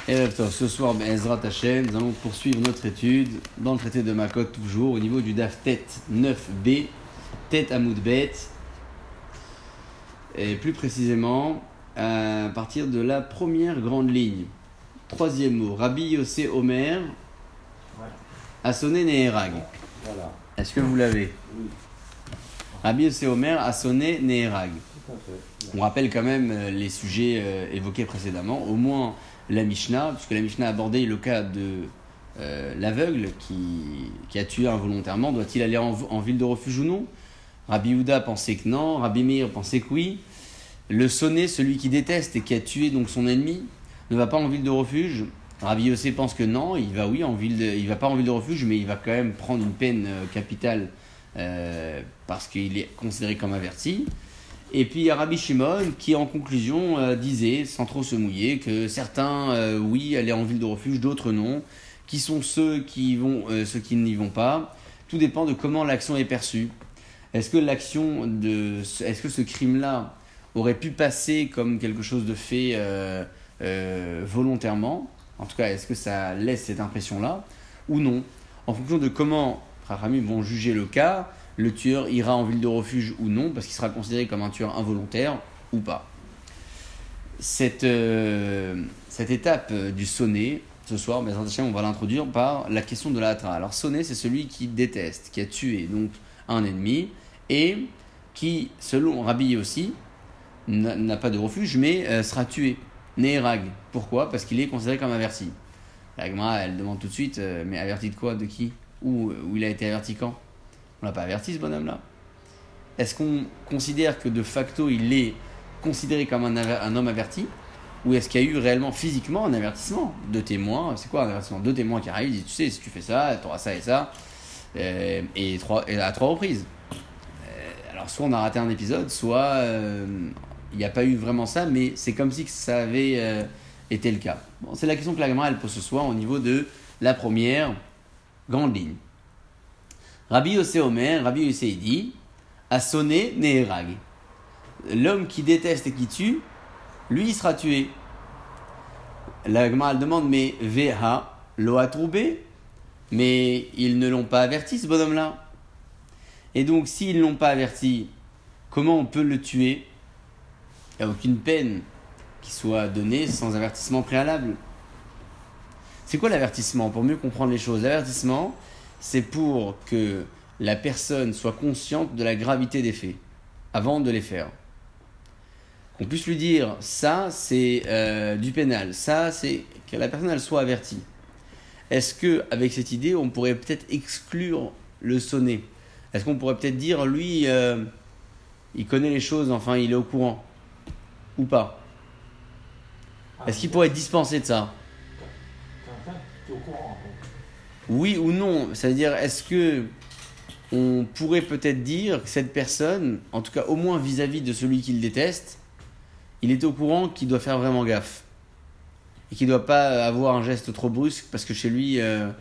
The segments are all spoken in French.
Ce soir, Ezrat Hashem, nous allons poursuivre notre étude dans le traité de Makot, toujours au niveau du Daf Tet 9b, Tet Amoud Bet, et plus précisément à partir de la première grande ligne. Troisième mot, Rabbi Yossé Omer, Assoné Neherag. Voilà. Est-ce que vous l'avez? Oui. Rabbi Yossé Omer, Assoné Neherag. Tout à fait. On rappelle quand même les sujets évoqués précédemment, au moins la Mishnah, puisque la Mishnah a abordé le cas de l'aveugle qui a tué involontairement. Doit-il aller en ville de refuge ou non? Rabbi Yehuda pensait que non, Rabbi Meir pensait que oui. Le sonné, celui qui déteste et qui a tué donc son ennemi, ne va pas en ville de refuge. Rabbi Yossé pense que non, il va pas en ville de refuge, mais il va quand même prendre une peine capitale parce qu'il est considéré comme averti. Et puis il y a Rabbi Shimon qui en conclusion disait, sans trop se mouiller, que certains oui allaient en ville de refuge, d'autres non, qui sont ceux qui y vont, ceux qui n'y vont pas. Tout dépend de comment l'action est perçue. Est-ce que ce crime-là aurait pu passer comme quelque chose de fait volontairement? En tout cas, est-ce que ça laisse cette impression-là ou non? En fonction de comment Chachamim vont juger le cas, le tueur ira en ville de refuge ou non, parce qu'il sera considéré comme un tueur involontaire ou pas. Cette étape du sonné, ce soir, on va l'introduire par la question de la hatra. Alors, sonné, c'est celui qui déteste, qui a tué donc un ennemi, et qui, selon Rabbi aussi, n'a pas de refuge, mais sera tué. Neherag. Pourquoi? Parce qu'il est considéré comme averti. La Gemara, elle demande tout de suite, mais averti de quoi? De qui? Où il a été averti quand? On l'a pas averti, ce bonhomme-là. Est-ce qu'on considère que de facto il est considéré comme un homme averti, ou est-ce qu'il y a eu réellement physiquement un avertissement? Deux témoins, c'est quoi un avertissement? Deux témoins qui arrivent, ils disent, tu sais, si tu fais ça, tu auras ça et ça, et à trois reprises. Alors soit on a raté un épisode, soit il n'y a pas eu vraiment ça, mais c'est comme si ça avait été le cas. Bon, c'est la question que la Gemara elle pose ce soir au niveau de la première grande ligne. Rabbi Yossé Omer, Rabbi Yossé dit, a sonné Neherag. L'homme qui déteste et qui tue, lui il sera tué. La Gemara elle demande, mais Veha lo a troubé, mais ils ne l'ont pas averti ce bonhomme-là. Et donc s'ils ne l'ont pas averti, comment on peut le tuer? Il n'y a aucune peine qui soit donnée sans avertissement préalable. C'est quoi l'avertissement? Pour mieux comprendre les choses, l'avertissement, c'est pour que la personne soit consciente de la gravité des faits avant de les faire. Qu'on puisse lui dire, ça c'est du pénal, ça c'est que la personne elle soit avertie. Est-ce qu'avec cette idée, on pourrait peut-être exclure le sonné? Est-ce qu'on pourrait peut-être dire, lui, il connaît les choses, enfin il est au courant? Ou pas? Est-ce qu'il pourrait être dispensé de ça? Tu es au courant. Oui ou non? C'est-à-dire, est-ce que on pourrait peut-être dire que cette personne, en tout cas au moins vis-à-vis de celui qu'il déteste, il est au courant qu'il doit faire vraiment gaffe et qu'il ne doit pas avoir un geste trop brusque parce que chez lui,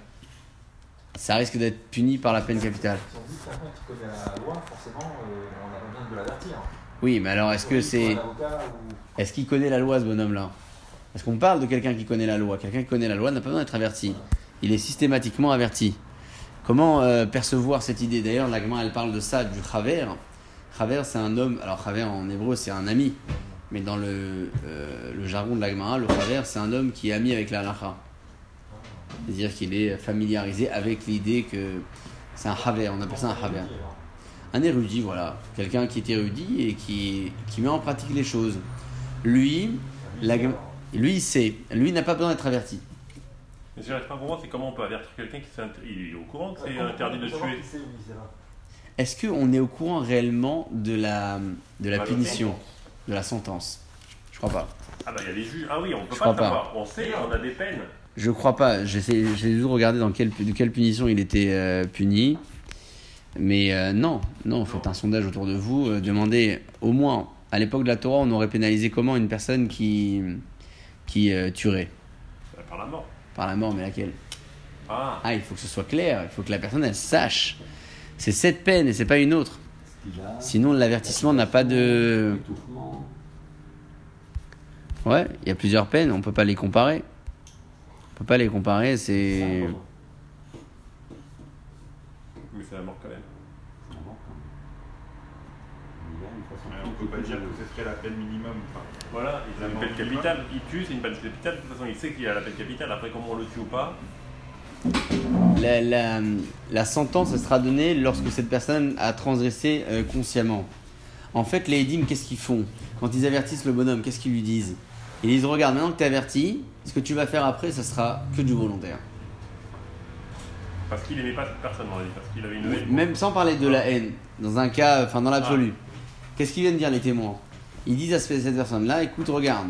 ça risque d'être puni par la peine capitale. Si on dit que quelqu'un qui connaît la loi, forcément, on a besoin de l'avertir. Oui, mais alors est-ce qu'il connaît la loi, ce bonhomme-là? Parce qu'on parle de quelqu'un qui connaît la loi. Quelqu'un qui connaît la loi n'a pas besoin d'être averti. Il est systématiquement averti. Comment percevoir cette idée? D'ailleurs, la Gemara, elle parle de ça, du chaver. Chaver, c'est un homme. Alors, chaver en hébreu, c'est un ami. Mais dans le jargon de la Gemara, le chaver, c'est un homme qui est ami avec la halakha. C'est-à-dire qu'il est familiarisé avec l'idée que c'est un chaver. On appelle ça un chaver. Un érudit, voilà. Quelqu'un qui est érudit et qui met en pratique les choses. Lui, il sait. Lui, n'a pas besoin d'être averti. Mais ce que j'arrive pas à comprendre, c'est comment on peut avertir quelqu'un qui il est au courant que c'est interdit de tuer. Est-ce qu'on est au courant réellement de la punition, de la sentence? Je crois pas. Ah bah il y a des juges. Ah oui, on peut Je pas crois savoir. On sait, on a des peines. Je crois pas. J'ai juste regardé de quelle punition il était puni. Mais non, faites un sondage autour de vous. Demandez au moins, à l'époque de la Torah, on aurait pénalisé comment une personne qui tuerait? Par la mort. Par la mort, mais laquelle? Ah, il faut que ce soit clair. Il faut que la personne, elle sache. C'est cette peine et c'est pas une autre. Sinon, l'avertissement n'a pas de... Ouais, il y a plusieurs peines, on peut pas les comparer. On peut pas les comparer, c'est. Mais c'est la mort quand même. On peut pas dire que ce serait la peine minimum. Enfin, Voilà, il a une peine capitale, il tue, c'est une peine capitale, de toute façon il sait qu'il a la peine capitale, après comment on le tue ou pas. La sentence elle sera donnée lorsque cette personne a transgressé consciemment. En fait, les Edim, qu'est-ce qu'ils font? Quand ils avertissent le bonhomme, qu'est-ce qu'ils lui disent? Ils disent, regarde, maintenant que tu es averti, ce que tu vas faire après, ça sera que du volontaire. Parce qu'il aimait pas cette personne, on a dit, parce qu'il avait une haine. Même sans parler de la haine, dans un cas, enfin dans l'absolu. Qu'est-ce qu'ils viennent dire les témoins? Ils disent à cette personne-là, écoute, regarde,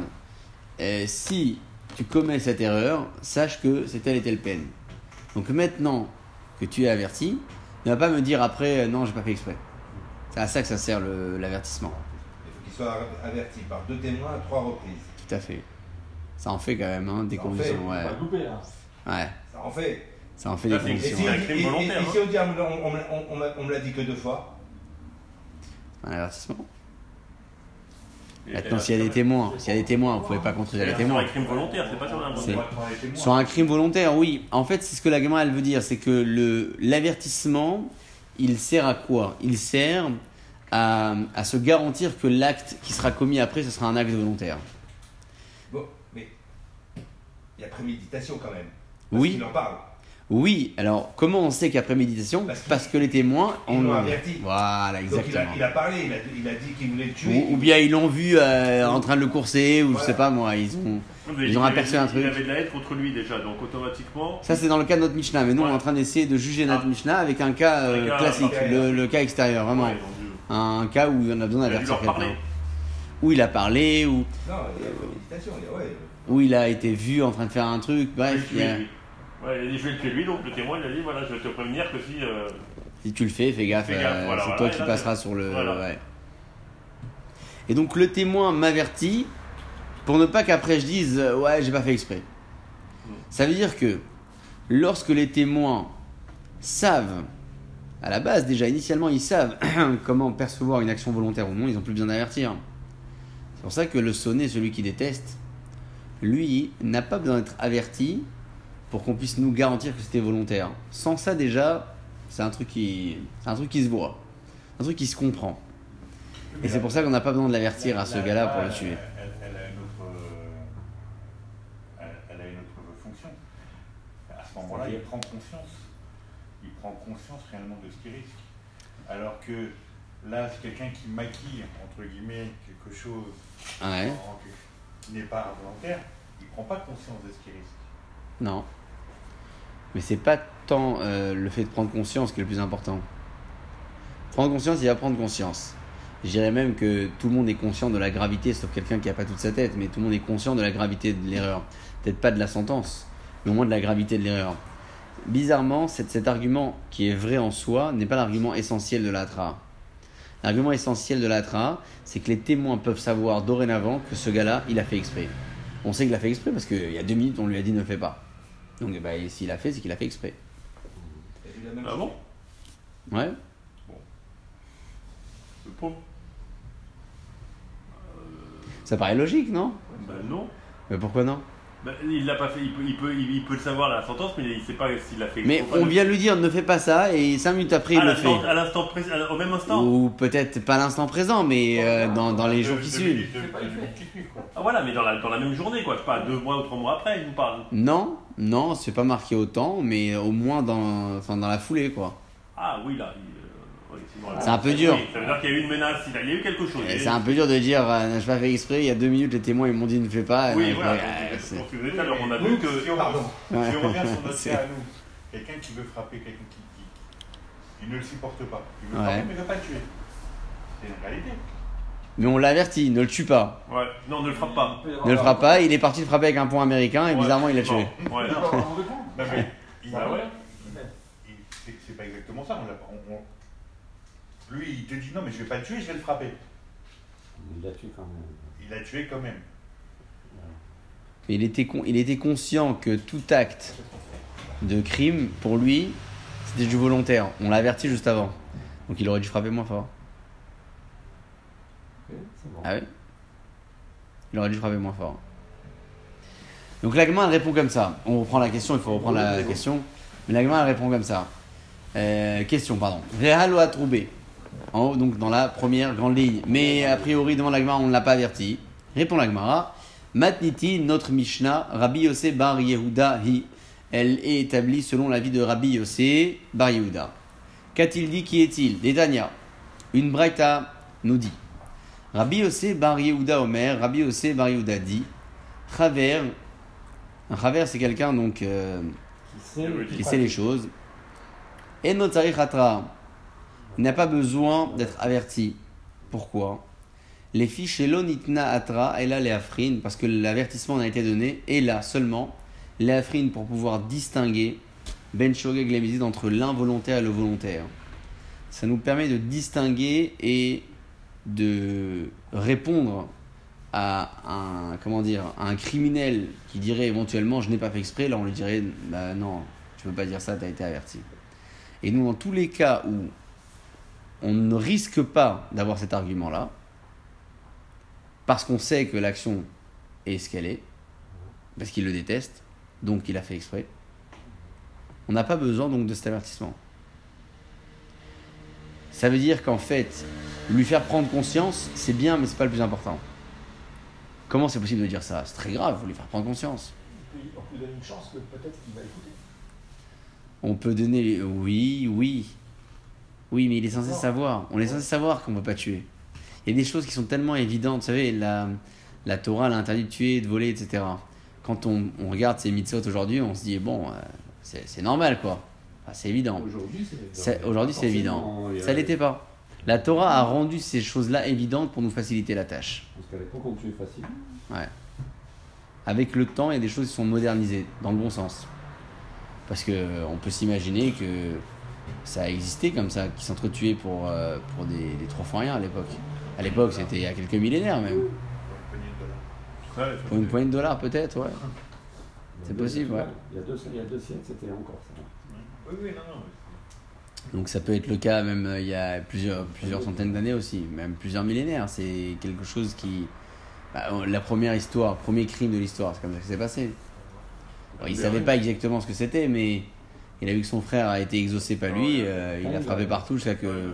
si tu commets cette erreur, sache que c'est telle et telle peine. Donc maintenant que tu es averti, ne va pas me dire après, non, j'ai pas fait exprès. C'est à ça que ça sert l'avertissement. Il faut qu'il soit averti par 2 témoins à 3 reprises. Tout à fait. Ça en fait quand même, hein, des Ça en conditions. fait. Ouais. on va couper là. Ouais, Ça en fait. ça en fait Ça, des c'est- Et conditions. si, C'est un crime volontaire, et si on dit, on me l'a dit que 2 fois, Un avertissement. Et- Maintenant, s'il y a des témoins, vous pouvez pas contredire les C'est témoins. un crime volontaire, c'est pas sur un C'est- volontaire. Sur un crime volontaire, oui. En fait, c'est ce que la gamin elle veut dire, c'est que l'avertissement, il sert à quoi? Il sert à se garantir que l'acte qui sera commis après, ce sera un acte volontaire. bon, mais il y a préméditation quand même. Parce Oui, qu'il en parle. oui. Alors, comment on sait qu'il y a préméditation? Parce que les témoins Ils l'ont averti. Voilà, Donc exactement. il a parlé, il a dit qu'il voulait le tuer. Ou bien ils l'ont vu en train de le courser, ou je Voilà. sais pas moi, ils ont aperçu un truc. Il avait de la haine contre lui déjà, donc automatiquement. Ça, c'est dans le cas de notre Mishnah, mais nous, on est en train d'essayer de juger notre Mishnah avec un cas Avec un classique, extérieur. le cas extérieur, vraiment. Ouais, donc, Un cas où on a besoin il a dû d'avertir leur quelqu'un. parler. Où il a parlé, Non, il y a préméditation. Ouais. où il a été vu en train de faire un truc, bref. Je vais le tuer, lui. Ouais, il a dit je vais le tuer lui, donc le témoin il a dit voilà, je vais te prévenir que si. Si tu le fais, fais gaffe, Fais gaffe, voilà, c'est voilà, toi et qui là, passeras sur le. voilà. Ouais. Et donc le témoin m'avertit pour ne pas qu'après je dise ouais, j'ai pas fait exprès. Ça veut dire que lorsque les témoins savent, à la base déjà, initialement ils savent comment percevoir une action volontaire ou non, ils n'ont plus besoin d'avertir. C'est pour ça que le sonné, celui qui déteste, lui, n'a pas besoin d'être averti pour qu'on puisse nous garantir que c'était volontaire. Sans ça déjà, c'est un truc qui se voit, un truc qui se comprend. Et c'est pour ça qu'on n'a pas besoin de l'avertir à ce gars-là pour le tuer. Elle a une autre fonction. À ce moment-là, il prend conscience. Il prend conscience réellement de ce qu'il risque. Alors que là, c'est quelqu'un qui maquille, entre guillemets, quelque chose Ouais. qui n'est pas involontaire. Il ne prend pas conscience de ce qu'il risque. Non. Mais c'est pas tant le fait de prendre conscience qui est le plus important. Prendre conscience, il va prendre conscience. Je dirais même que tout le monde est conscient de la gravité, sauf quelqu'un qui n'a pas toute sa tête, mais tout le monde est conscient de la gravité de l'erreur. Peut-être pas de la sentence, mais au moins de la gravité de l'erreur. Bizarrement, cet argument qui est vrai en soi n'est pas l'argument essentiel de l'atra. L'argument essentiel de l'atra, c'est que les témoins peuvent savoir dorénavant que ce gars-là, il a fait exprès. On sait qu'il a fait exprès parce qu'il y a 2 minutes, on lui a dit ne le fais pas. Donc bah, s'il a fait, c'est qu'il a fait exprès. Ah bon? Ouais. Le pauvre. Ça paraît logique, non? Ben non. Mais pourquoi non? Ben, il l'a pas fait, il peut le savoir la sentence, mais il sait pas s'il l'a fait. Mais exprès ou on pas. vient lui dire ne fais pas ça et 5 minutes après il le fait. À l'instant présent, au même instant. Ou peut-être pas à l'instant présent, mais dans les jours qui suivent. Ah voilà, mais dans la même journée, quoi. Je sais pas, 2 mois ou 3 mois après, il nous parle. Non, c'est pas marqué autant, mais au moins dans la foulée, quoi. Ah oui, là. Oui, bon, C'est un peu dur. Oui, ça veut dire qu'il y a eu une menace, il y a eu quelque chose. Et c'est un peu dur de dire je pas fait exprès, il y a 2 minutes les témoins ils m'ont dit ne fais pas. Oui, Donc, voilà. c'est- Donc, vous êtes alors, on a vu que. Si on, Pardon. si on revient sur notre C'est- cas à nous, quelqu'un qui veut frapper quelqu'un qui ne le supporte pas, il veut Ouais. frapper mais il ne veut pas le tuer. C'est une réalité. Mais on l'avertit, ne le tue pas. Ouais, non, ne le frappe pas. Ne le frappe pas, il est parti le frapper avec un poing américain et bizarrement il l'a tué. Non, ouais. Non, mais Bah ouais. c'est pas exactement ça. Lui, il te dit non, mais je vais pas le tuer, je vais le frapper. Il l'a tué quand même. Il l'a tué quand même. Mais il était conscient que tout acte de crime, pour lui, c'était du volontaire. On l'a averti juste avant. Donc il aurait dû frapper moins fort. C'est bon. Ah oui. Il aurait dû frapper moins fort. Donc la Gemara elle répond comme ça. On reprend la question, il faut reprendre la question. Mais la Gemara elle répond comme ça. Question, pardon. Réhalo a troubé. En haut, donc dans la première grande ligne. Mais a priori, devant la Gemara, on ne l'a pas averti. Répond la Gemara. Matniti, notre Mishnah, Rabbi Yossé bar Yehuda hi. Elle est établie selon l'avis de Rabbi Yossé bar Yehuda. Qu'a-t-il dit? Qui est-il? Détania. Une braïta nous dit. Rabbi Yossé bar Yehuda Omer. Rabbi Yossé bar Yehuda dit. Chaver. Un chaver, c'est quelqu'un donc qui sait les choses. Et notari chatra. Il n'a pas besoin d'être averti. Pourquoi? Les fiches elonitna atra et là les afrin, parce que l'avertissement a été donné, et là seulement les afrin pour pouvoir distinguer ben shogeg lemizid entre l'involontaire et le volontaire. Ça nous permet de distinguer et de répondre à un criminel qui dirait éventuellement je n'ai pas fait exprès. Là on lui dirait bah non, tu peux pas dire ça, tu as été averti. Et nous dans tous les cas où on ne risque pas d'avoir cet argument-là, parce qu'on sait que l'action est ce qu'elle est, parce qu'il le déteste, donc il a fait exprès, on n'a pas besoin donc de cet avertissement. Ça veut dire qu'en fait, lui faire prendre conscience, c'est bien, mais c'est pas le plus important. Comment c'est possible de dire ça? C'est très grave, il faut lui faire prendre conscience. On peut donner une chance que peut-être qu'il va écouter. On peut donner... Oui, mais il est censé savoir. On est censé savoir qu'on ne va pas tuer. Il y a des choses qui sont tellement évidentes. Vous savez, la Torah l'a interdit de tuer, de voler, etc. Quand on regarde ces mitzvot aujourd'hui, on se dit, bon, c'est normal, quoi. Enfin, c'est évident. Aujourd'hui, c'est évident. Ça ne l'était pas. La Torah a rendu ces choses-là évidentes pour nous faciliter la tâche. Parce qu'à l'époque, on tuait facilement. Ouais. Avec le temps, il y a des choses qui sont modernisées, dans le bon sens. Parce qu'on peut s'imaginer que ça a existé comme ça, qui s'entretuaient pour des trois fois rien à l'époque. À l'époque, c'était il y a quelques millénaires même. Pour une poignée de dollars peut-être, ouais. C'est possible, ouais. Il y a deux siècles, c'était encore ça. Oui, non. Donc ça peut être le cas même il y a plusieurs centaines d'années aussi, même plusieurs millénaires. C'est quelque chose qui... la première histoire, premier crime de l'histoire, c'est comme ça que c'est passé. Alors, il ne savait pas exactement ce que c'était, mais il a vu que son frère a été exaucé par lui, il a frappé partout jusqu'à que...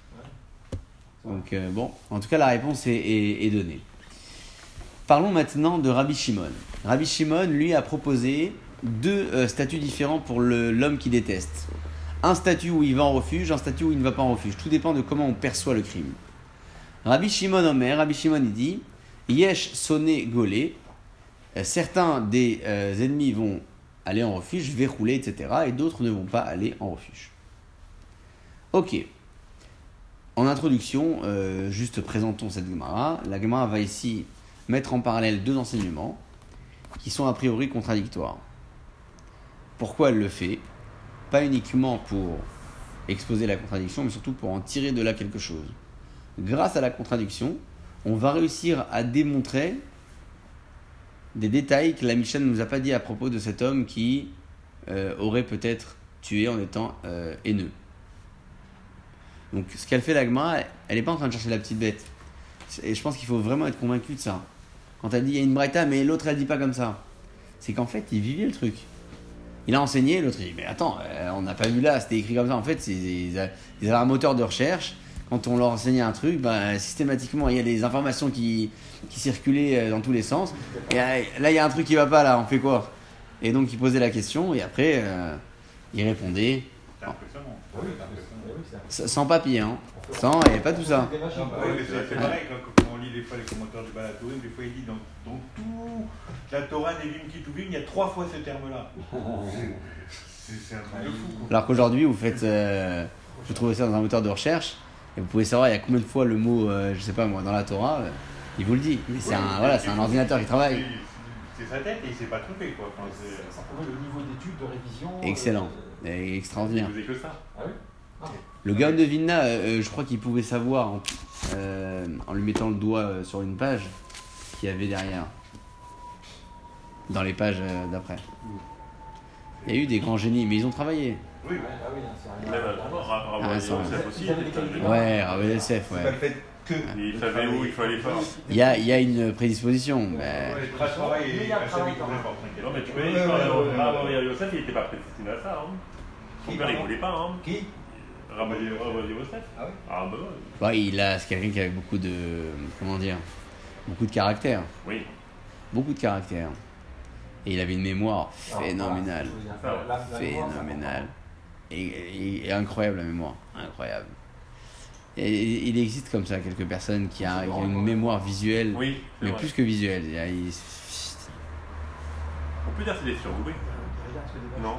Donc bon, en tout cas la réponse est donnée. Parlons maintenant de Rabbi Shimon. Rabbi Shimon, lui, a proposé deux statuts différents pour l'homme qui déteste. Un statut où il va en refuge, un statut où il ne va pas en refuge. Tout dépend de comment on perçoit le crime. Rabbi Shimon Omer, Rabbi Shimon il dit Yesh sonné golé. Certains des ennemis vont aller en refuge, verrouler, etc. Et d'autres ne vont pas aller en refuge. Ok. En introduction, juste présentons cette Gemara. La Gemara va ici mettre en parallèle deux enseignements qui sont a priori contradictoires. Pourquoi elle le fait? Pas uniquement pour exposer la contradiction, mais surtout pour en tirer de là quelque chose. Grâce à la contradiction, on va réussir à démontrer des détails que la Mishnah ne nous a pas dit à propos de cet homme qui aurait peut-être tué en étant haineux. Donc ce qu'elle fait la Gemara, elle n'est pas en train de chercher la petite bête. Et je pense qu'il faut vraiment être convaincu de ça. Quand elle dit il y a une braïta, mais l'autre elle dit pas comme ça. C'est qu'en fait, il vivait le truc. Il a enseigné, l'autre il dit mais attends, on n'a pas vu là, c'était écrit comme ça. En fait, ils avaient un moteur de recherche. Quand on leur enseignait un truc, systématiquement il y a des informations qui circulaient dans tous les sens. Et là il y a un truc qui va pas là, on fait quoi? Et donc il posait la question et après il répondait. C'est impressionnant. Sans papier, hein. Sans, et pas tout ça. Oui, mais c'est pareil, quand on lit des fois les commentaires du Balatourim, des fois il dit dans tout la Torah Nevim Kituvim, il y a 3 fois ce terme-là. C'est un truc de fou. Quoi. Alors qu'aujourd'hui, vous trouvez ça dans un moteur de recherche et vous pouvez savoir il y a combien de fois le mot, je sais pas moi, dans la Torah, il vous le dit. Mais c'est un ordinateur qui travaille. C'est sa tête et il s'est pas trompé quoi. Enfin, ça prouve le niveau d'études, de révision. Excellent, et extraordinaire. Il faisait que ça. Ah oui. Le Gaon de Vilna, je crois qu'il pouvait savoir en lui mettant le doigt sur une page qu'il y avait derrière, dans les pages d'après. Il y a eu des grands génies, mais ils ont travaillé. Oui, Ah oui, c'est un Même Rav Yosef aussi. Ouais, Rav Yosef, C'est pas ouais. le fait que. Il savait où il fallait faire. Il y a une prédisposition. Mais... Ouais, le travail Mais il est y a un assez travail découvert, quand t'inquiète. Non, mais tu Ouais, peux ouais, dire, ouais. Yosef, il n'était pas prédestiné à ça. Son Qui, père, il pardon voulait pas. Qui Rabbi Yosef. Ah oui. Ah, bah ouais. C'est quelqu'un qui avait beaucoup de. Comment dire? Beaucoup de caractère. Oui. Beaucoup de caractère. Et il avait une mémoire Non, phénoménale. voilà, la mémoire, c'est Phénoménale. Et incroyable la mémoire. Incroyable. Et il existe comme ça quelques personnes qui ont une mémoire visuelle, Oui, c'est mais vrai. plus que visuelle. On peut dire que c'est des surdoués. Non.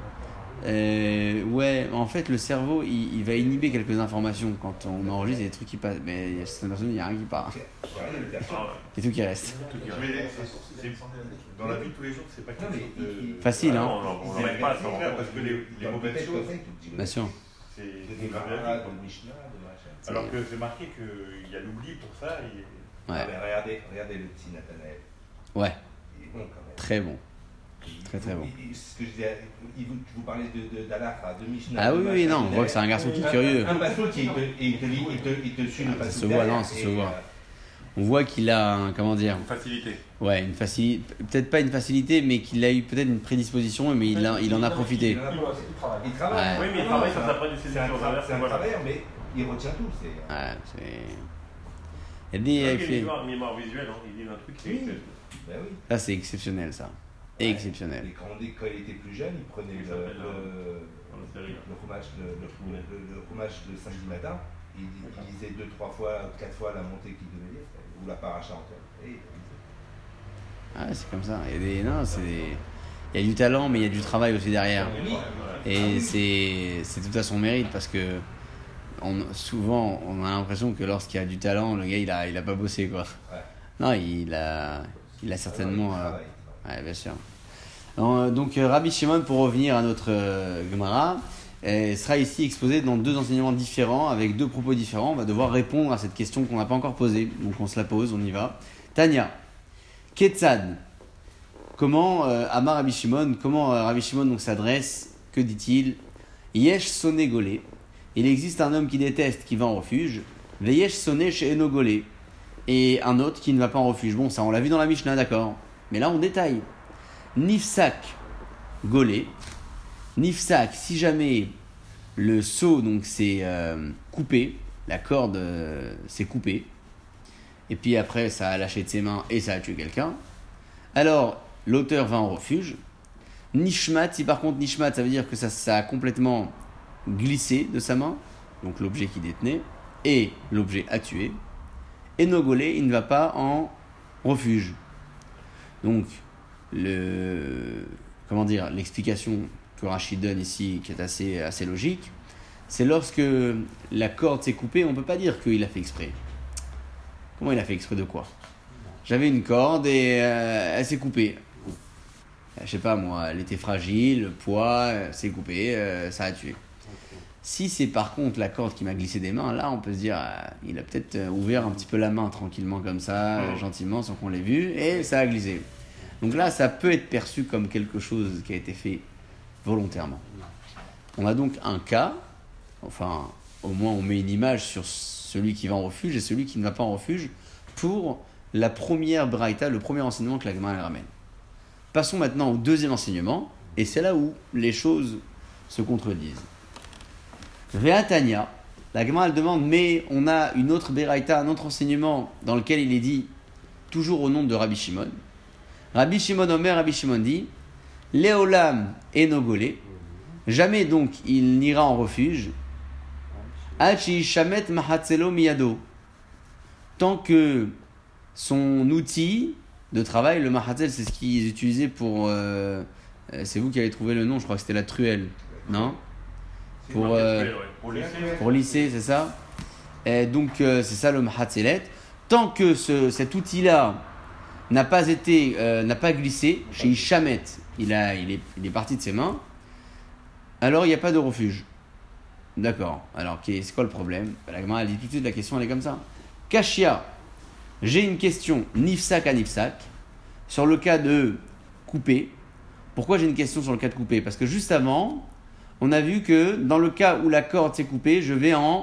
Ouais, en fait, le cerveau, il va inhiber quelques informations quand on enregistre, il y a des trucs qui passent, mais il y a certaines personnes, il n'y a rien qui part. Ah, ouais. C'est tout qui reste. Mais dans la vie de tous les jours, c'est pas Non, quelque mais chose de. Facile, hein? On n'aurait pas à s'en rendre compte. Parce que les mauvaises choses, Bien sûr. c'est Des dans la Gemara, vie, quoi. de Mishnah, de machin. Alors que c'est marqué qu'il y a l'oubli pour ça. Et... Ouais, Ah, mais regardez le petit Nathanaël. ouais, Il est bon quand même. très bon. Très, très bon. Ce que je disais, vous parlez d'Alaha, de Mishnah. Ah de oui, machin, oui, non, on il voit que c'est un garçon tout curieux. Un bateau qui il te suit le Ça bateau. se voit, non, ça se voit. On voit qu'il a, comment dire, Une facilité. ouais, une facilité, peut-être pas une facilité, mais qu'il a eu peut-être une prédisposition, mais il en a profité. Il travaille. Il travaille. Ouais. Oui, mais il travaille sur sa prédécision. C'est un travailleur, mais il retient tout. Ouais, c'est. Il y a Il des. y a une mémoire visuelle, hein. Il dit un truc qui Oui. est. Ben oui. Ça, c'est exceptionnel, ça. Exceptionnel. Et quand il était plus jeune, il prenait Il s'appelle, dans la série. le fromage le samedi matin. Il lisait 2, 3 fois, 4 fois la montée qu'il devait lire, ou la paracha entière. Et Ah, c'est comme ça. Il y a des. Non, c'est des. Il y a du talent, mais il y a du travail aussi derrière. Et c'est tout à son mérite parce que souvent, on a l'impression que lorsqu'il y a du talent, le gars, il a pas bossé, quoi. Ouais. Non, il a certainement. Il travaille. Ouais, bien sûr. Donc, Rabbi Shimon, pour revenir à notre Gemara, sera ici exposé dans 2 enseignements différents, avec 2 propos différents. On va devoir répondre à cette question qu'on n'a pas encore posée. Donc, on se la pose, on y va. Tanya, Ketzad. Comment Amar Rabbi Shimon, Rabbi Shimon donc s'adresse, que dit-il? Yesh soné golé. Il existe un homme qui déteste, qui va en refuge. Veyesh soné chez Eno golé. Et un autre qui ne va pas en refuge. Bon, ça on l'a vu dans la Mishnah, d'accord. Mais là on détaille. Nifsak golé. Nifsak, si jamais le seau donc c'est coupé, la corde s'est coupée, et puis après ça a lâché de ses mains et ça a tué quelqu'un, alors l'auteur va en refuge. Nishmat, si par contre Nishmat, ça veut dire que ça a complètement glissé de sa main, donc l'objet qu'il détenait, et l'objet a tué, et Nogolé, il ne va pas en refuge. Donc, l'explication que Rachid donne ici, qui est assez logique, c'est lorsque la corde s'est coupée, on ne peut pas dire qu'il a fait exprès. Comment il a fait exprès de quoi? J'avais une corde et elle s'est coupée. Je sais pas moi, elle était fragile, le poids s'est coupé, ça a tué. Si c'est par contre la corde qui m'a glissé des mains, là on peut se dire, il a peut-être ouvert un petit peu la main tranquillement comme ça, gentiment, sans qu'on l'ait vu, et ça a glissé. Donc là, ça peut être perçu comme quelque chose qui a été fait volontairement. On a donc un cas, enfin, au moins on met une image sur celui qui va en refuge et celui qui ne va pas en refuge pour la première braïta, le premier enseignement que la Gemara ramène. Passons maintenant au 2e enseignement, et c'est là où les choses se contredisent. Ve'atania, la Gemara elle demande, mais on a une autre braïta, un autre enseignement dans lequel il est dit, toujours au nom de Rabbi Shimon. Rabbi Shimon Omer, Rabbi Shimon dit, Léolam enogolé, jamais donc il n'ira en refuge, Hachi shamet mahatzelo miyado, tant que son outil de travail, le mahatzel, c'est ce qu'ils utilisaient pour. C'est vous qui avez trouvé le nom, je crois que c'était la truelle, non? Pour lisser, c'est ça? Et donc c'est ça le mahatzelet. Tant que cet outil-là n'a pas glissé, chez Ishamet, il est parti de ses mains, alors il n'y a pas de refuge. D'accord. Alors c'est quoi le problème? La Gemara elle dit tout de suite, la question elle est comme ça. Kashia, j'ai une question nifsak à nifsak sur le cas de couper. Pourquoi j'ai une question sur le cas de couper? Parce que juste avant, on a vu que dans le cas où la corde s'est coupée, je vais en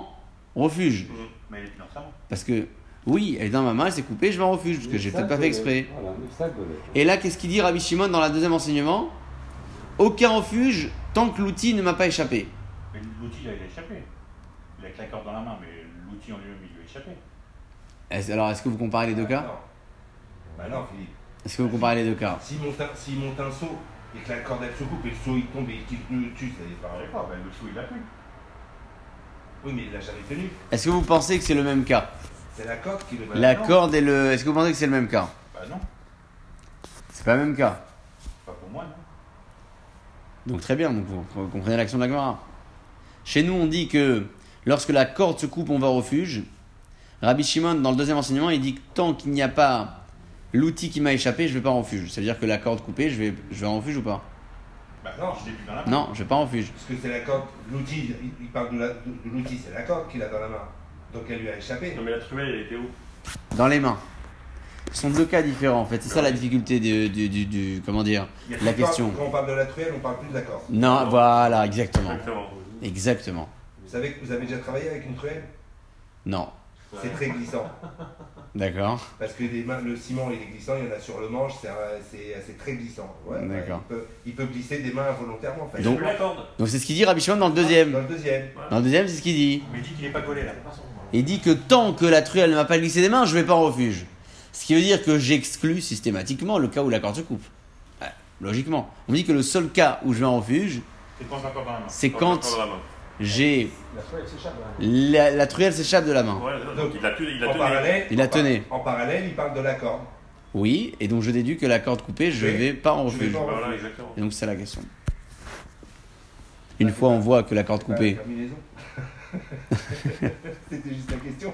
refuge. Mais elle est plus dans sa main. Parce que, oui, elle est dans ma main, elle s'est coupée, je vais en refuge, parce que j'ai peut-être pas fait exprès. Voilà, le sac de lait. Et là, qu'est-ce qu'il dit Rabbi Shimon dans la deuxième enseignement? Aucun refuge tant que l'outil ne m'a pas échappé. Mais l'outil, là, il a échappé. Il a que la corde dans la main, mais l'outil en lui-même, il lui a échappé. Alors, est-ce que vous comparez les deux cas? Bah non, Philippe. Est-ce que vous comparez les deux cas? S'il monte un saut et que la corde elle se coupe et le saut il tombe et qu'il le tue, ça y est pas. D'accord, ben, le saut, il l'a plus. Oui, mais il l'a jamais tenu. Est-ce que vous pensez que c'est le même cas? C'est la corde qui le va. La non. corde et le... Est-ce que vous pensez que c'est le même cas? Bah non, C'est pas le même cas. pas pour moi, non. Donc très bien, donc vous comprenez l'action de la Gemara. Chez nous, on dit que lorsque la corde se coupe, on va au refuge. Rabbi Shimon, dans le deuxième enseignement, il dit que tant qu'il n'y a pas l'outil qui m'a échappé, je ne vais pas en refuge. Ça veut dire que la corde coupée, je vais en refuge ou pas? Bah Non. je l'ai plus dans la main. Non, je vais pas en refuge. Parce que c'est la corde, l'outil, il parle de l'outil, c'est la corde qu'il a dans la main. Donc elle lui a échappé. Non, mais la truelle, elle était où? Dans les mains. Ce sont deux cas différents en fait. C'est ça la difficulté du comment dire, Il y a la plus de question. corde. Quand on parle de la truelle, on parle plus de la corde. Non, voilà, exactement. Exactement. Exactement. Vous savez que vous avez déjà travaillé avec une truelle? Non. C'est très glissant. D'accord. Parce que le ciment il est glissant, il y en a sur le manche, c'est très glissant. Ouais, D'accord. Il peut glisser des mains involontairement. En fait. Donc- La corde. Donc c'est ce qu'il dit Rabbi Shimon dans le deuxième. Dans le deuxième. Dans le deuxième, c'est ce qu'il dit. Mais il dit qu'il n'est pas collé là. Il dit que tant que la truelle ne m'a pas glissé des mains, je vais pas en refuge. Ce qui veut dire que j'exclus systématiquement le cas où la corde se coupe. Ouais, logiquement. On me dit que le seul cas où je vais en refuge, C'est quand encore dans la main. c'est Quand quand la corde dans la main. j'ai La truelle s'échappe. Là. la truelle s'échappe de la main. Ouais, donc il a tenu. En parallèle, Il a tenu. En parallèle, il parle de la corde. Oui, et donc je déduis que la corde coupée, je Oui. vais pas en Je vais refuge. pas en Voilà, refuge. exactement. Et donc c'est la question. Une fois on voit que la corde coupée, Bah, terminaison. C'était juste la question.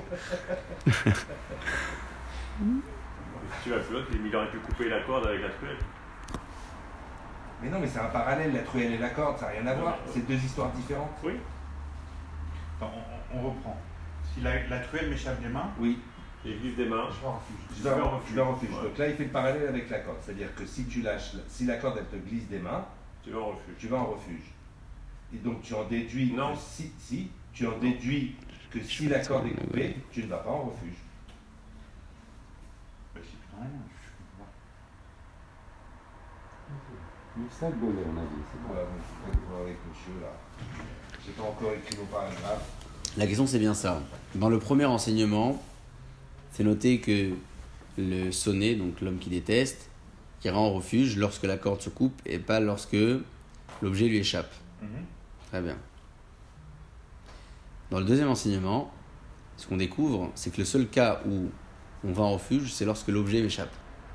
Si tu vas plus loin, il aurait pu couper la corde avec la truelle. Mais non, mais c'est un parallèle, la truelle et la corde, ça n'a rien à voir. C'est deux histoires différentes. Oui. Attends, on reprend. Si la truelle m'échappe des mains, Oui, Il glisse des mains. Je vais en refuge. je vais en refuge. Ouais. Donc là, il fait le parallèle avec la corde. C'est-à-dire que si tu lâches, si la corde elle te glisse des mains, Tu vas en refuge. tu vas en refuge. Et donc tu en déduis Non. que tu en déduis que si la corde est coupée, tu ne vas pas en refuge. bah, c'est plus dans la main. Je comprends pas. Le sac de lait, on a dit. C'est bon. Voilà, donc je vais voir avec monsieur là. J'ai pas encore écrit mon paragraphe. la question c'est bien ça. Dans le premier enseignement, c'est noté que le sonné, donc l'homme qui déteste, ira en refuge lorsque la corde se coupe et pas lorsque l'objet lui échappe. Mhm. Très bien. Dans le deuxième enseignement, ce qu'on découvre, c'est que le seul cas où on va en refuge, c'est lorsque l'objet m'échappe.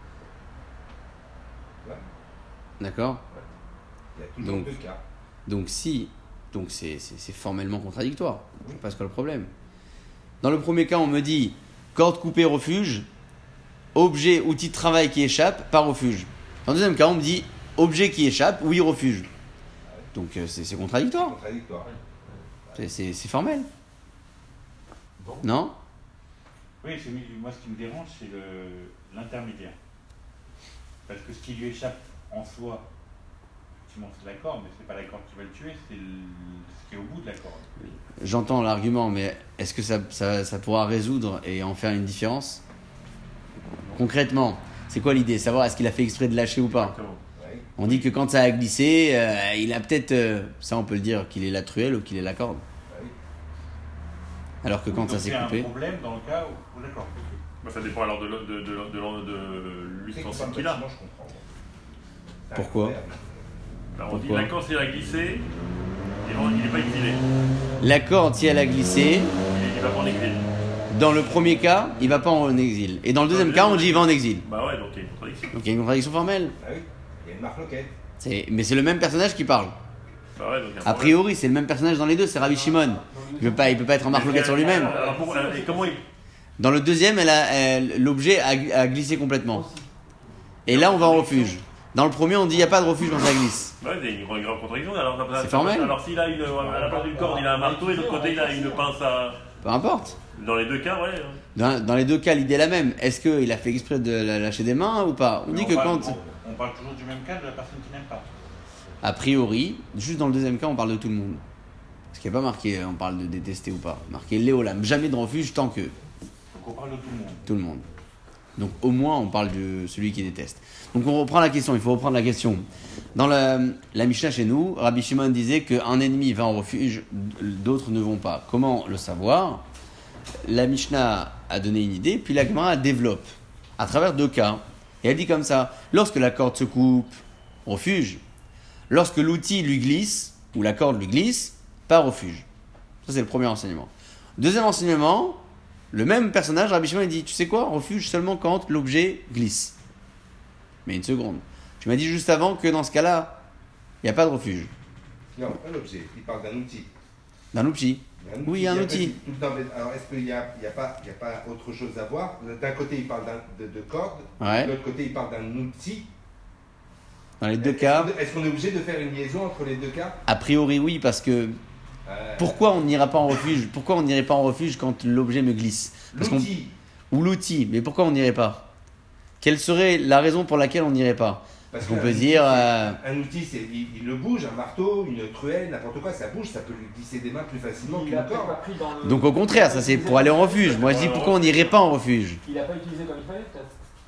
Ouais. D'accord? Il y a toujours Donc- deux cas. Donc c'est formellement contradictoire. Je ne sais pas ce qu'est le problème. Dans le premier cas, on me dit corde coupée, refuge, objet, outil de travail qui échappe, pas refuge. Dans le deuxième cas, on me dit objet qui échappe, oui, refuge. Donc c'est contradictoire. Contradictoire. C'est formel. Bon. Non? Oui, moi ce qui me dérange, c'est l'intermédiaire. Parce que ce qui lui échappe en soi, effectivement, c'est la corde, mais c'est pas la corde qui va le tuer, c'est ce qui est au bout de la corde. J'entends l'argument, mais est-ce que ça pourra résoudre et en faire une différence? Concrètement, c'est quoi l'idée? Savoir est-ce qu'il a fait exprès de lâcher ou pas? Exactement. Ouais. On dit que quand ça a glissé, il a peut-être, ça on peut le dire, qu'il est la truelle ou qu'il est la corde. Ouais. Alors que quand Donc ça s'est c'est coupé, un problème dans le cas où d'accord. Bah, ça dépend alors de l'ustensile qu'il a. Moi, je comprends. C'est Pourquoi? incroyable. Bah, on dit Pourquoi la corde, si elle a glissé, il n'est pas exilé. la corde, si elle a glissé, Il va pas en exil. dans le premier cas, il va pas en exil. Et dans le deuxième cas, on dit il va en exil. Bah ouais, donc il y a une contradiction. Donc il y a une contradiction formelle. Ah oui, il y a une marque loquette. Mais c'est le même personnage qui parle. Bah ouais, donc il y a un A problème. priori, c'est le même personnage dans les deux, c'est Rabbi Shimon. Il peut pas être en marque loquette sur lui-même. Alors, et comment il. Dans le deuxième, l'objet a glissé complètement. Et là, on va en refuge. Dans le premier, on dit il n'y a pas de refuge quand ça glisse. Ouais, il y a une grave contradiction. Alors, C'est formel. Alors s'il a à la place d'une corde, il a un marteau et de l'autre côté, il a une pince à. Peu importe. Dans les deux cas, ouais. Dans les deux cas, l'idée est la même. Est-ce qu'il a fait exprès de la lâcher des mains ou pas? On dit que quand. On parle toujours du même cas de la personne qui n'aime pas. A priori, juste dans le deuxième cas, on parle de tout le monde. Parce qu'il n'y a pas marqué, on parle de détester ou pas. Marqué l'éolam, jamais de refuge tant que Donc on parle de tout le monde. tout le monde. Donc au moins on parle de celui qui déteste. Donc on reprend la question, il faut reprendre la question. Dans la Mishnah chez nous, Rabbi Shimon disait qu'un ennemi va en refuge, d'autres ne vont pas. Comment le savoir? La Mishnah a donné une idée, puis la Gemara développe à travers 2 cas. Et elle dit comme ça, lorsque la corde se coupe, refuge. Lorsque l'outil lui glisse, ou la corde lui glisse, pas refuge. Ça c'est le premier enseignement. Deuxième enseignement, le même personnage, Rabbi Shimon, il dit, tu sais quoi, refuge seulement quand l'objet glisse. Mais une seconde, tu m'as dit juste avant que dans ce cas-là, il n'y a pas de refuge. Non, pas l'objet, il parle d'un outil. D'un outil. Oui, un Et après, outil. tout le temps, alors est-ce qu'il n'y a pas autre chose à voir? D'un côté, il parle de corde, Ouais. de l'autre côté, il parle d'un outil. Dans les 2 cas, Est-ce qu'on est obligé de faire une liaison entre les 2 cas? a priori oui, parce que pourquoi on n'ira pas en refuge? Pourquoi on n'irait pas en refuge quand l'objet me glisse? Parce qu'on- L'outil. Ou l'outil, mais pourquoi on n'irait pas? Quelle serait la raison pour laquelle on n'irait pas? Parce qu'on qu'un peut outil, dire, un outil, il le bouge, un marteau, une truelle, n'importe quoi, ça bouge, ça peut lui glisser des mains plus facilement Il qu'une a peut-être pas corde. pris dans le. Donc au contraire, ça c'est pour aller en refuge. Moi je dis pourquoi on n'irait pas en refuge? Il a pas utilisé comme il fallait, peut-être.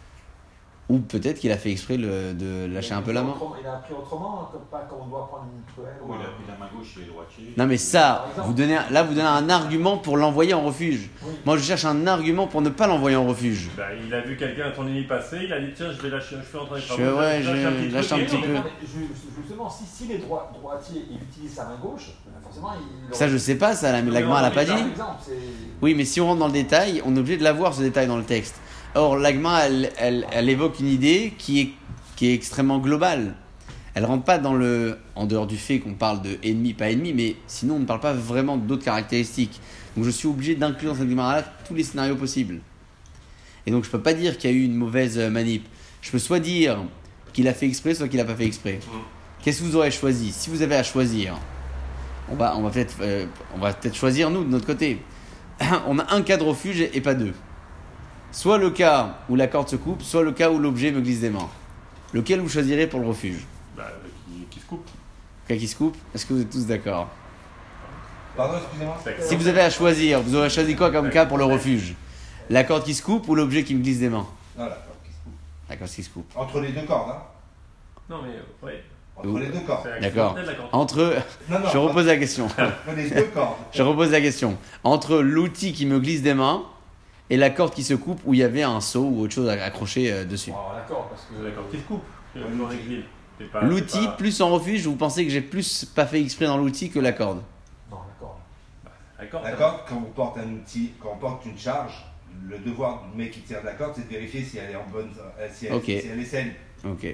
Ou peut-être qu'il a fait exprès de lâcher un peu la main. Il a appris autrement, pas comme on doit prendre une truelle. Oh, il a pris la main gauche, il est droitier. Non mais ça, vous donnez un argument pour l'envoyer en refuge. Oui. Moi je cherche un argument pour ne pas l'envoyer en refuge. Bah, il a vu quelqu'un à son ennemi passer, il a dit tiens, je vais lâcher, je fais entrer les Je- travaux. ouais, lâche je lâche un truc, petit et peu. Non, mais justement, s'il est droitier et utilise sa main gauche, forcément il. Ça je sais pas, ça la Gemara l'a pas dit. Par exemple, c'est. Oui, mais si on rentre dans le détail, on est obligé de l'avoir ce détail dans le texte. Or, l'agma, elle évoque une idée qui est extrêmement globale. Elle rentre pas en dehors du fait qu'on parle de ennemi, pas ennemi, mais sinon on ne parle pas vraiment d'autres caractéristiques. Donc je suis obligé d'inclure dans cette Gemara-là tous les scénarios possibles. Et donc je peux pas dire qu'il y a eu une mauvaise manip. Je peux soit dire qu'il a fait exprès, soit qu'il a pas fait exprès. Qu'est-ce que vous aurez choisi? Si vous avez à choisir, on va peut-être choisir nous de notre côté. On a un cas de refuge et pas 2. Soit le cas où la corde se coupe, soit le cas où l'objet me glisse des mains. Lequel vous choisirez pour le refuge? Bah, qui se coupe. Le cas qui se coupe? Est-ce que vous êtes tous d'accord? Pardon, excusez-moi. Si vous avez à choisir, vous aurez choisi quoi comme cas pour le refuge? La corde qui se coupe ou l'objet qui me glisse des mains? Non, la corde qui se coupe. La corde qui se coupe. Entre les 2 cordes, hein. Non, mais ouais. Entre les 2 cordes. C'est D'accord. accidentel, la corde. Entre... Non, non, Je repose la question. entre les 2 cordes. Je repose la question. Entre l'outil qui me glisse des mains et la corde qui se coupe où il y avait un seau ou autre chose accroché dessus. Bon, alors, d'accord, parce que. C'est la corde qui se coupe. l'outil. L'outil plus en refuge, vous pensez que j'ai plus pas fait exprès dans l'outil que la corde? Non, d'accord. D'accord. La corde, quand on porte un outil, quand on porte une charge, le devoir du mec qui tire de la corde, c'est de vérifier si elle est en bonne, si Ok. si elle est saine. Ok.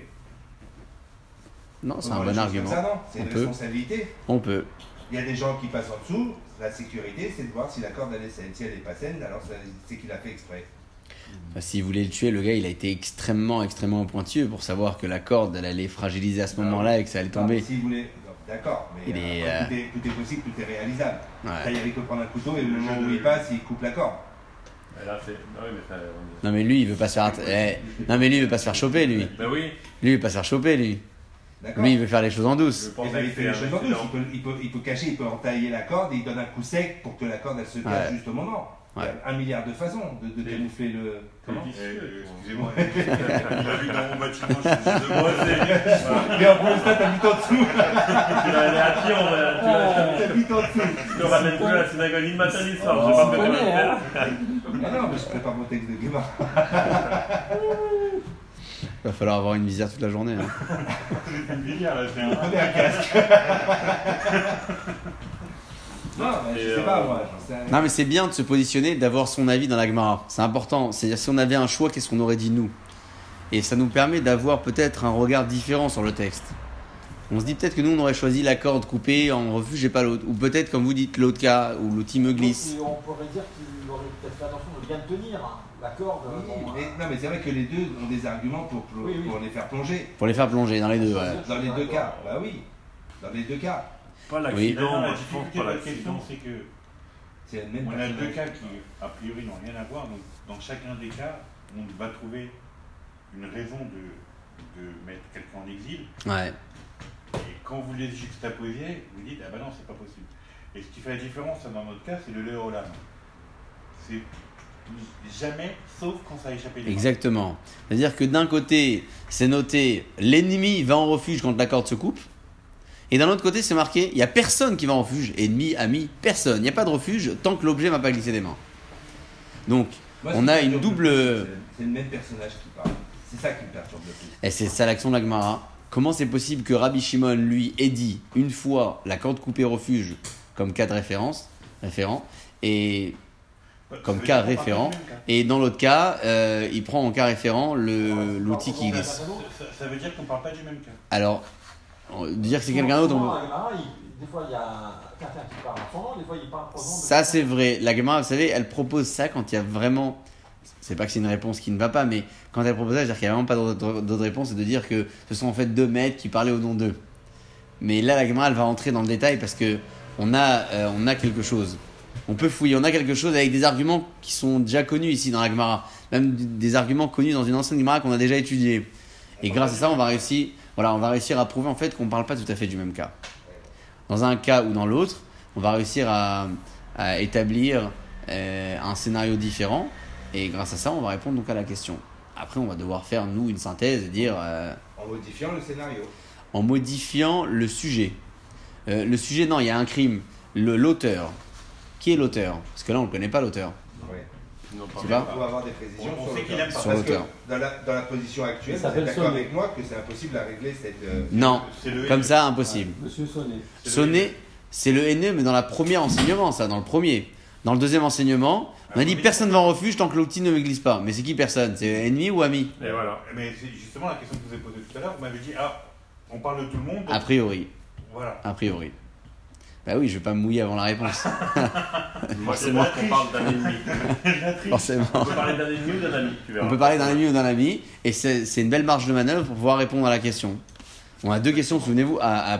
Non, c'est On un voit bon les choses argument. comme ça, non, c'est On une peut. responsabilité. On peut. Il y a des gens qui passent en dessous. La sécurité, c'est de voir si la corde elle est saine. Si elle n'est pas saine, alors c'est qu'il a fait exprès. Enfin, si vous voulez le tuer, le gars il a été extrêmement pointilleux pour savoir que la corde elle allait fragiliser à ce moment-là et que ça allait Non, mais tomber. si vous voulez, d'accord, mais Il est, après, tout est possible, tout est réalisable. Là, Ouais. il n'y avait que prendre un couteau et le moment où il passe, il coupe la corde. Et là, c'est. Ah oui, mais ça. Non mais lui il veut pas se faire non mais lui il veut pas se faire choper lui. Bah oui. Lui il veut pas se faire choper lui. D'accord. Lui il veut faire les choses en Je douce. Et pensais ben, il que fait les c'était choses un en douce. accident. Il peut cacher, il peut entailler la corde et il donne un coup sec pour que la corde elle se cache Ouais. juste au moment. Il y Ouais. a 1 milliard de façons de camoufler le. Comment Excusez-moi, il a vu dans mon bâtiment, je suis de moi, Mais en plus, ça, t'habites en dessous. Tu vas aller à pied, on va. T'habites en dessous. Tu vas mettre à la synagogue ni le matin ni le soir. Je vais pas me faire le faire. Ah non, mais je prépare mon texte de Guémard. Il va falloir avoir une visière toute la journée. Hein. une bilière là, c'est un. Prenez un casque. Non, mais je sais pas, moi. Non mais c'est bien de se positionner, d'avoir son avis dans la Gemara. C'est important. C'est-à-dire si on avait un choix, qu'est-ce qu'on aurait dit nous? Et ça nous permet d'avoir peut-être un regard différent sur le texte. On se dit peut-être que nous on aurait choisi la corde coupée en refuge et pas l'autre. Ou peut-être comme vous dites l'autre cas où l'outil me glisse. On pourrait dire qu'il aurait peut-être fait attention de bien tenir hein, la corde. Oui, non, mais c'est vrai que les deux ont des arguments pour les faire plonger. Pour les faire plonger dans les deux, ouais. Dans les deux cas, bah oui. Dans les deux cas. Pas Oui. l'accident, La moi je pense difficulté pas de la l'accident. question, c'est que C'est le même on a personnage. deux cas qui, a priori, n'ont rien à voir. Donc, dans chacun des cas, on va trouver une raison de mettre quelqu'un en exil. Ouais. Et quand vous les juxtaposez, vous dites ah ben non, c'est pas possible. Et ce qui fait la différence dans notre cas, c'est le léolam. C'est jamais, sauf quand ça a échappé des mains. Exactement. C'est-à-dire que d'un côté, c'est noté l'ennemi va en refuge quand la corde se coupe. Et d'un autre côté, c'est marqué il n'y a personne qui va en refuge. Ennemi, ami, personne. Il n'y a pas de refuge tant que l'objet ne m'a pas glissé des mains. Donc, Moi, on c'est a pas une dur double. de- C'est le même personnage qui parle. C'est ça qui me perturbe le plus. Et c'est ça l'action de la Gemara. Comment c'est possible que Rabbi Shimon, lui, ait dit une fois la corde coupée refuge comme cas de référent, et comme Ça veut cas dire qu'on parle pas référent, du même cas. et dans l'autre cas, il prend en cas référent l'outil qui glisse. Ça veut dire qu'on parle pas du même cas. Alors, dire que c'est quelqu'un d'autre, Souvent, des fois, il y a quelqu'un qui parle en son nom, des fois, il parle au nom de ça quelqu'un. c'est vrai. La Gemara, vous savez, elle propose ça quand il y a vraiment. C'est pas que c'est une réponse qui ne va pas, mais quand elle propose ça, c'est-à-dire qu'il n'y a vraiment pas d'autre réponse, c'est de dire que ce sont en fait deux maîtres qui parlaient au nom d'eux. Mais là, la Gemara, elle va rentrer dans le détail parce que on a quelque chose. On peut fouiller, on a quelque chose avec des arguments qui sont déjà connus ici dans la Gemara, même des arguments connus dans une ancienne Gemara qu'on a déjà étudiée. Et grâce à ça, on va réussir à prouver en fait qu'on ne parle pas tout à fait du même cas. Dans un cas ou dans l'autre, on va réussir à établir un scénario différent. Et grâce à ça, on va répondre donc à la question. Après, on va devoir faire, nous, une synthèse et dire En modifiant le scénario. en modifiant le sujet. Le sujet, non, il y a un crime. L'auteur. Qui est l'auteur? Parce que là, on ne connaît pas l'auteur. Ouais. Non, C'est pas. pas On va avoir des précisions On sur sait qu'il l'auteur. aime pas. Sur Parce que l'auteur. dans la position actuelle, Il vous êtes s'appelle d'accord Sonnet. avec moi que c'est impossible à régler cette. Non, C'est le comme haineux. ça, impossible. Monsieur Sonnet. Sonner, c'est le haineux, mais dans le premier enseignement, ça, dans le premier. Dans le deuxième enseignement, on a dit personne ne va en refuge tant que l'outil ne me glisse pas. Mais c'est qui personne? C'est ennemi ou ami? Et voilà. Mais c'est justement la question que je vous ai posée tout à l'heure. Vous m'avez dit, on parle de tout le monde. donc A priori. Voilà. A priori. Bah oui, je vais pas me mouiller avant la réponse. Moi, c'est moi qu'on parle d'un ennemi. Forcément. On peut parler d'un ennemi ou d'un ami, tu verras. On peut parler d'un ennemi ou d'un ami, et c'est une belle marge de manœuvre pour pouvoir répondre à la question. On a deux questions, souvenez-vous,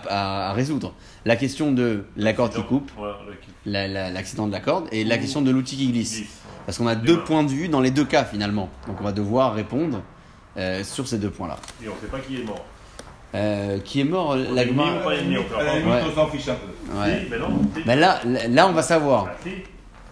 à résoudre. La question de la corde qui coupe, Voilà, qui l'accident de la corde, et la question de l'outil qui glisse. glisse. Parce qu'on a deux points de vue dans les deux cas finalement. Donc on va devoir répondre sur ces deux points-là. Et on ne sait pas qui est mort. Qui est mort, la Ennemi Gemara- ou pas ennemi, on peut À la pas. limite, Ouais. on s'en fiche un peu. Ouais. Si, mais non. Si. Ben là, on va savoir. Ah, si.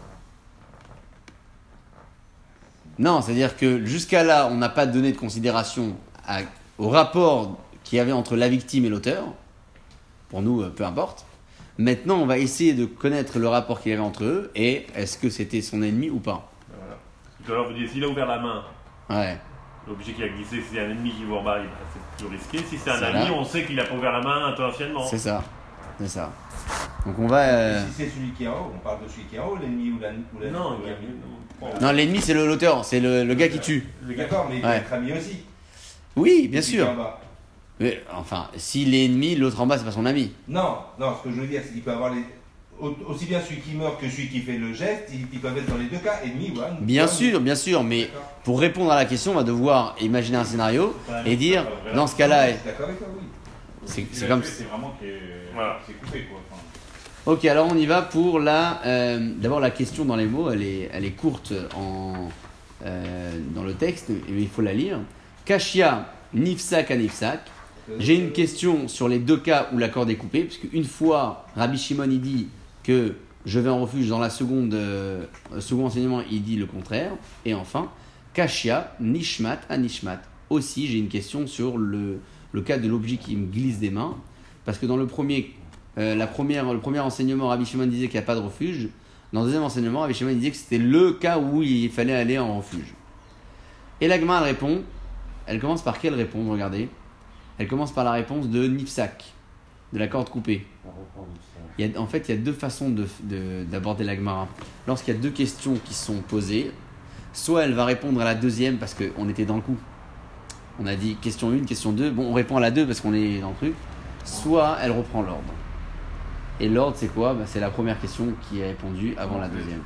Non, c'est-à-dire que jusqu'à là, on n'a pas donné de considération au rapport qu'il y avait entre la victime et l'auteur. Pour nous, peu importe. Maintenant, on va essayer de connaître le rapport qu'il y avait entre eux et est-ce que c'était son ennemi ou pas. Voilà. Tout à l'heure, vous disiez, s'il a ouvert la main, Ouais. l'objet qui a glissé, si c'est un ennemi qui vous emballe, c'est plus risqué. Si c'est un C'est ami, là. on sait qu'il n'a pas ouvert la main intentionnellement. C'est ça. C'est ça. Donc on va. Et si c'est celui qui est en haut, on parle de celui qui est en haut, l'ennemi ou l'ami. Non, ou il y a- l'ami. Non, l'ennemi c'est l'auteur, c'est le gars qui tue. Le gars, D'accord, mais il peut Ouais. être ami aussi. Oui, bien Celui qui est sûr. en bas. Mais, enfin, s'il est ennemi, l'autre en bas c'est pas son ami. Non, ce que je veux dire, c'est qu'il peut avoir aussi bien celui qui meurt que celui qui fait le geste, ils peuvent être dans les deux cas, ennemi ou ami. Bien sûr, mais D'accord. pour répondre à la question, on va devoir imaginer un scénario et dire dans ce cas-là, Je suis d'accord avec toi, oui. c'est comme. C'est vraiment que Voilà. c'est coupé, quoi. Enfin, Ok, alors on y va pour d'abord la question dans les mots, elle est courte dans le texte, mais il faut la lire. Kashia nifsak à nifsak. J'ai une question sur les deux cas où la corde est coupée, puisque une fois Rabbi Shimon il dit que je vais en refuge, dans la second enseignement il dit le contraire. Et enfin, Kashia nishmat à nishmat. Aussi j'ai une question sur le cas de l'objet qui me glisse des mains, parce que dans le premier enseignement, Rabbi Shimon disait qu'il n'y a pas de refuge. Dans le deuxième enseignement, Rabbi Shimon disait que c'était le cas où il fallait aller en refuge. Et la Gemara, elle répond. Elle commence par quelle réponse? Regardez. Elle commence par la réponse de Nifsak, de la corde coupée. En fait, il y a deux façons d'aborder la Gemara. Lorsqu'il y a deux questions qui sont posées, soit elle va répondre à la deuxième parce qu'on était dans le coup. On a dit question 1, question 2. Bon, on répond à la 2 parce qu'on est dans le truc. Soit elle reprend l'ordre. Et l'ordre, c'est quoi? C'est la première question qui est répondue avant la deuxième.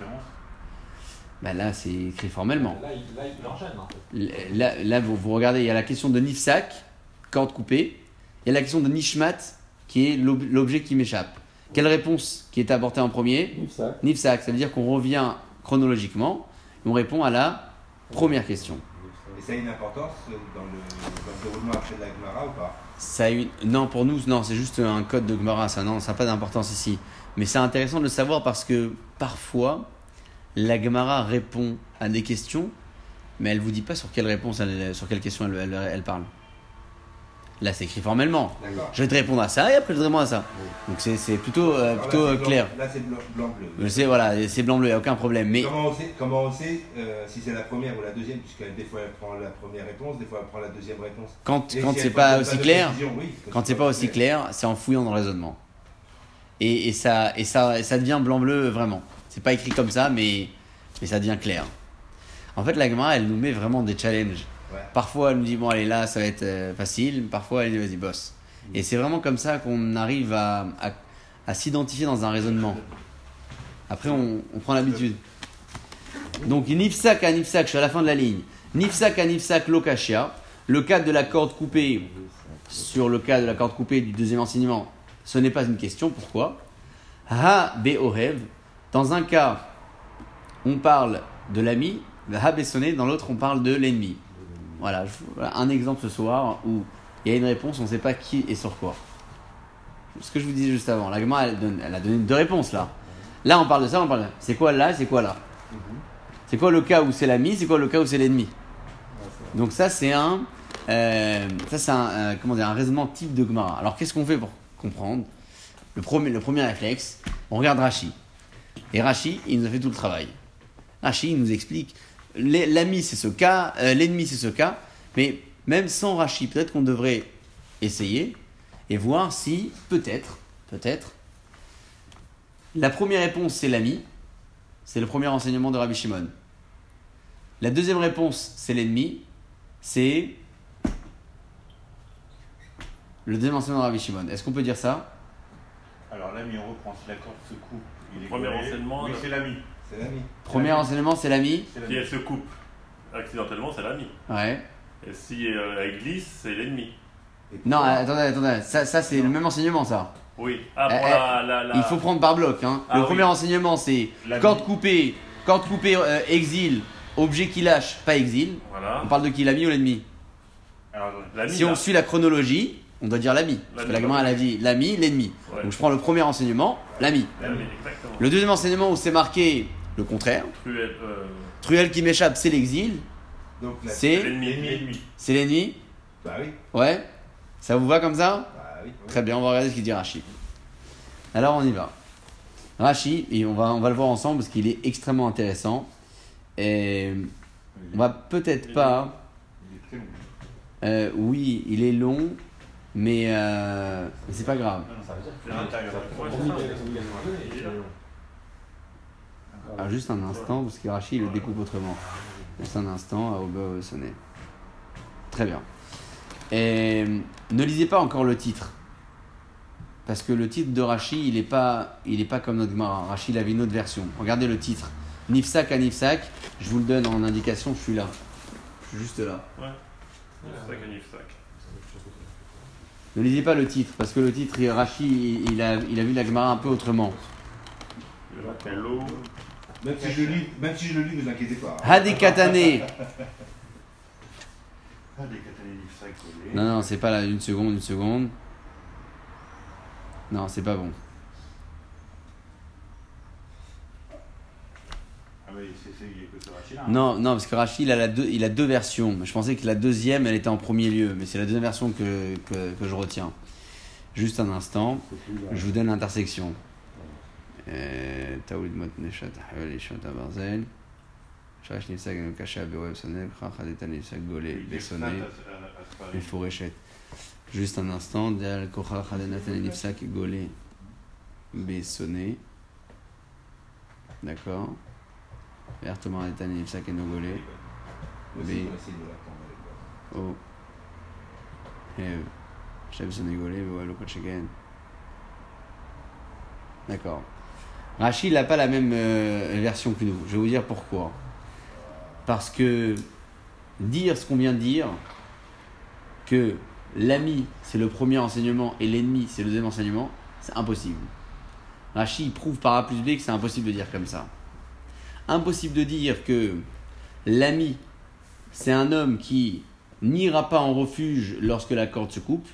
Là, c'est écrit formellement. Là, il enchaîne en fait. Là vous regardez, il y a la question de Nifsak, corde coupée. Il y a la question de Nishmat, qui est l'objet qui m'échappe. Quelle réponse qui est apportée en premier? Nifsak, ça veut dire qu'on revient chronologiquement et on répond à la première question. Et Et ça a une importance dans le déroulement après de la Gemara ou pas? Non, pour nous, non, c'est juste un code de Gemara, ça n'a pas d'importance ici. Mais c'est intéressant de le savoir parce que parfois, la Gemara répond à des questions, mais elle ne vous dit pas sur quelle question elle parle. Là, c'est écrit formellement. D'accord. Je vais te répondre à ça et après je vais te répondre à ça. Donc c'est plutôt clair. Là, c'est blanc-bleu. Je sais, voilà, c'est blanc-bleu, il n'y a aucun problème. Mais Comment on sait si c'est la première ou la deuxième, puisque des fois elle prend la première réponse, des fois elle prend la deuxième réponse. quand Et c'est si elle pas donne aussi de clair, précision, oui, quand c'est pas aussi clair, c'est en fouillant dans le raisonnement. Et ça devient blanc-bleu vraiment. C'est pas écrit comme ça, mais ça devient clair. En fait, la Gemara, elle nous met vraiment des challenges. Ouais. Parfois, elle nous dit, bon, allez, là, ça va être facile. Parfois, elle dit, vas-y, bosse. Et c'est vraiment comme ça qu'on arrive à s'identifier dans un raisonnement. Après, on prend l'habitude. Donc, nifsak à nifsak, je suis à la fin de la ligne. Nifsak à nifsak lokashia. Le cas de la corde coupée, sur le cas de la corde coupée du deuxième enseignement, ce n'est pas une question. Pourquoi? Ha be'orev. Dans un cas, on parle de l'ami. Ha bessoné. Dans l'autre, on parle de l'ennemi. Voilà, un exemple ce soir où il y a une réponse, on ne sait pas qui et sur quoi. Ce que je vous disais juste avant, la Gemara, elle a donné 2 réponses là. Là, on parle de ça, on parle de c'est quoi là, c'est quoi là. C'est quoi le cas où c'est l'ami, c'est quoi le cas où c'est l'ennemi. Donc ça, c'est un raisonnement type de Gemara. Alors, qu'est-ce qu'on fait pour comprendre? Le premier réflexe, on regarde Rashi. Et Rashi, il nous a fait tout le travail. Rashi, il nous explique l'ami c'est ce cas, l'ennemi c'est ce cas, mais même sans Rashi, peut-être qu'on devrait essayer et voir si, peut-être, la première réponse c'est l'ami, c'est le premier enseignement de Rabbi Shimon. La deuxième réponse c'est l'ennemi, c'est le deuxième enseignement de Rabbi Shimon. Est-ce qu'on peut dire ça? Alors l'ami, on reprend, si la corde se coupe, il est Premier collé, enseignement, oui, là. c'est l'ami. C'est l'ami. Premier enseignement c'est l'ami. C'est Si l'ami. elle se coupe accidentellement, c'est l'ami. Ouais. Et si elle glisse, c'est l'ennemi. Non, attendez, ça c'est le même enseignement ça. Oui. Ah, pour la... Il faut prendre par bloc. Hein. Ah, Le oui. premier enseignement, c'est L'ami. corde coupée, exil, objet qui lâche, pas exil. Voilà. On parle de qui, l'ami ou l'ennemi? Alors, attendez. L'ami, Si on là. suit la chronologie, on doit dire l'ami. Parce que la Gemara, elle a dit l'ami, l'ennemi. Ouais. Donc je prends le premier enseignement, l'ami. L'ami, exactement. Le deuxième enseignement où c'est marqué le contraire, Truelle, truelle qui m'échappe, c'est l'exil, Donc là, c'est l'ennemi. c'est l'ennemi. Bah oui. Ouais. Ça vous va comme ça? Bah oui. Très bien, on va regarder ce qu'il dit Rashi. Alors on y va. Rashi, et on va le voir ensemble parce qu'il est extrêmement intéressant. Et on va peut-être pas. Il est très long. Oui, il est long, mais c'est pas grave. Ça veut dire C'est à l'intérieur. Ouais, que c'est ça. obligations à donner. Il est là. Alors juste un instant, parce que Rashi il le découpe autrement. Juste un instant, à Oba sonner. Très bien. Et ne lisez pas encore le titre. Parce que le titre de Rashi, il est pas comme notre Gemara. Rashi, il avait une autre version. Regardez le titre. Nifsak à Nifsak. Je vous le donne en indication, je suis là. Je suis juste là. Ouais. C'est ça qu'il y a Nifsak. Ne lisez pas le titre, parce que le titre, Rashi, il a vu la Gemara un peu autrement. Il appelle l'eau. Même si je le lis, vous inquiétez pas. Hadekatane. Ah, des catalysés sacs collés. Non, c'est pas là. Une seconde. Non, c'est pas bon. Ah, mais il y a que ce Rashi-là. Non, parce que Rashi, il a 2 versions. Je pensais que la deuxième, elle était en premier lieu, mais c'est la deuxième version que je retiens. Juste un instant, je vous donne l'intersection. Taoulid mot neshat havel ishot abarzel. Shach nifsak no kasha beoev sonel krach hadetan nifsak golé besonné meforeshet. Juste un instant, Deal kochach hadenatan nifsak golé besonné. D'accord. Vers Thomas hadetan nifsak no golé. Aussi, on va essayer de l'attendre. Oh. Hev. Shab sonné golé beoev lokotchegen. D'accord. Rachid n'a pas la même version que nous. Je vais vous dire pourquoi. Parce que dire ce qu'on vient de dire, que l'ami c'est le premier enseignement et l'ennemi c'est le deuxième enseignement, c'est impossible. Rachid prouve par A plus B que c'est impossible de dire comme ça. Impossible de dire que l'ami c'est un homme qui n'ira pas en refuge lorsque la corde se coupe.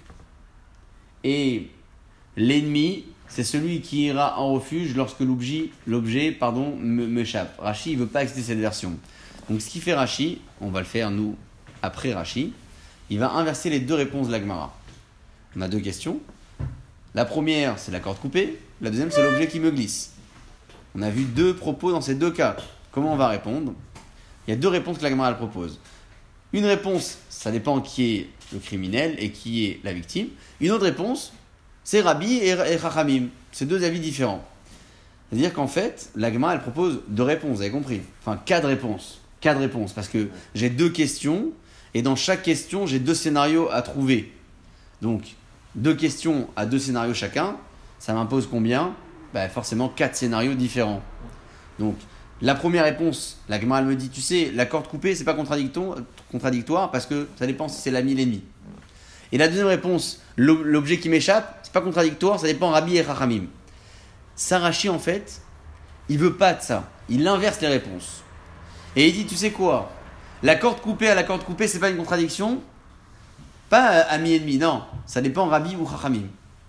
Et l'ennemi, c'est celui qui ira en refuge lorsque l'objet m'échappe. Rashi, il ne veut pas accepter cette version. Donc ce qui fait Rashi, on va le faire nous après Rashi, il va inverser les deux réponses de la Gemara. On a deux questions. La première, c'est la corde coupée. La deuxième, c'est l'objet qui me glisse. On a vu deux propos dans ces deux cas. Comment on va répondre? Il y a deux réponses que la Gemara propose. Une réponse, ça dépend qui est le criminel et qui est la victime. Une autre réponse, c'est Rabbi et Chachamim. C'est deux avis différents. C'est-à-dire qu'en fait, la Gemara, elle propose deux réponses, vous avez compris? Enfin, quatre réponses. Quatre réponses, parce que j'ai deux questions, et dans chaque question, j'ai deux scénarios à trouver. Donc, deux questions à deux scénarios chacun, ça m'impose combien? Forcément, quatre scénarios différents. Donc, la première réponse, la Gemara, elle me dit, tu sais, la corde coupée, c'est pas contradictoire, parce que ça dépend si c'est l'ami et l'ennemi. Et la deuxième réponse, l'objet qui m'échappe, c'est pas contradictoire, ça dépend Rabbi et Chachamim. Rashi, en fait, il veut pas de ça. Il inverse les réponses. Et il dit, tu sais quoi? La corde coupée à la corde coupée, c'est pas une contradiction? Pas ami et ennemi, non. Ça dépend Rabbi ou Chachamim.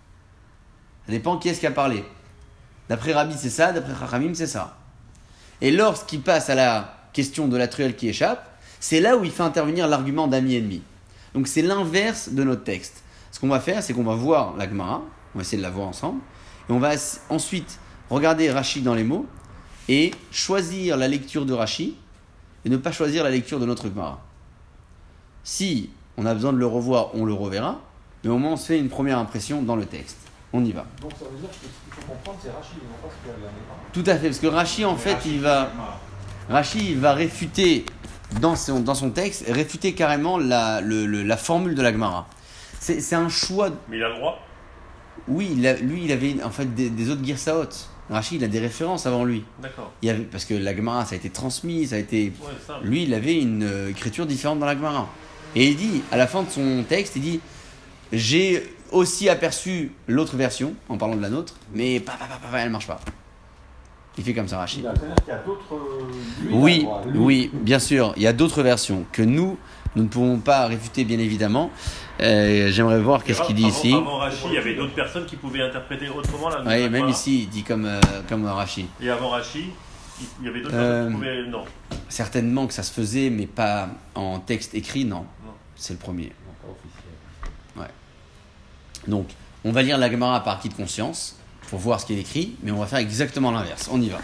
Ça dépend qui est-ce qui a parlé. D'après Rabbi, c'est ça, d'après Chachamim, c'est ça. Et lorsqu'il passe à la question de la truelle qui échappe, c'est là où il fait intervenir l'argument d'ami et ennemi. Donc c'est l'inverse de notre texte. Ce qu'on va faire, c'est qu'on va voir la Gemara, on va essayer de la voir ensemble, et on va ensuite regarder Rashi dans les mots, et choisir la lecture de Rashi, et ne pas choisir la lecture de notre Gemara. Si on a besoin de le revoir, on le reverra, mais au moins on se fait une première impression dans le texte. On y va. Donc ça veut dire que ce qu'il faut comprendre, c'est Rashi, et non pas ce qu'il y a là. Tout à fait, parce que Rashi, en fait, il va réfuter dans son texte, réfuter carrément la formule de la Gemara. C'est un choix. Mais il a le droit. Oui, lui, il avait en fait des autres Girsaot. Rashi, il a des références avant lui. D'accord. Parce que la Gemara, ça a été transmis, ça a été. Ouais, ça. Lui, il avait une écriture différente dans la Gemara. Et il dit, à la fin de son texte, il dit, j'ai aussi aperçu l'autre version, en parlant de la nôtre, mais elle marche pas. Il fait comme ça, Rashi. C'est-à-dire qu'il y a d'autres. Oui, bien sûr. Il y a d'autres versions que nous ne pouvons pas réfuter, bien évidemment. J'aimerais voir qu'est-ce qu'il dit ici. Avant Rashi, il y avait d'autres personnes qui pouvaient interpréter autrement la Oui, même ici, il dit comme Rashi. Et avant Rashi, il y avait d'autres personnes qui pouvaient. Non. Certainement que ça se faisait, mais pas en texte écrit, non. C'est le premier. Pas officiel. Ouais. Donc, on va lire la Gemara par acquis de conscience pour voir ce qui est écrit, mais on va faire exactement l'inverse. On y va.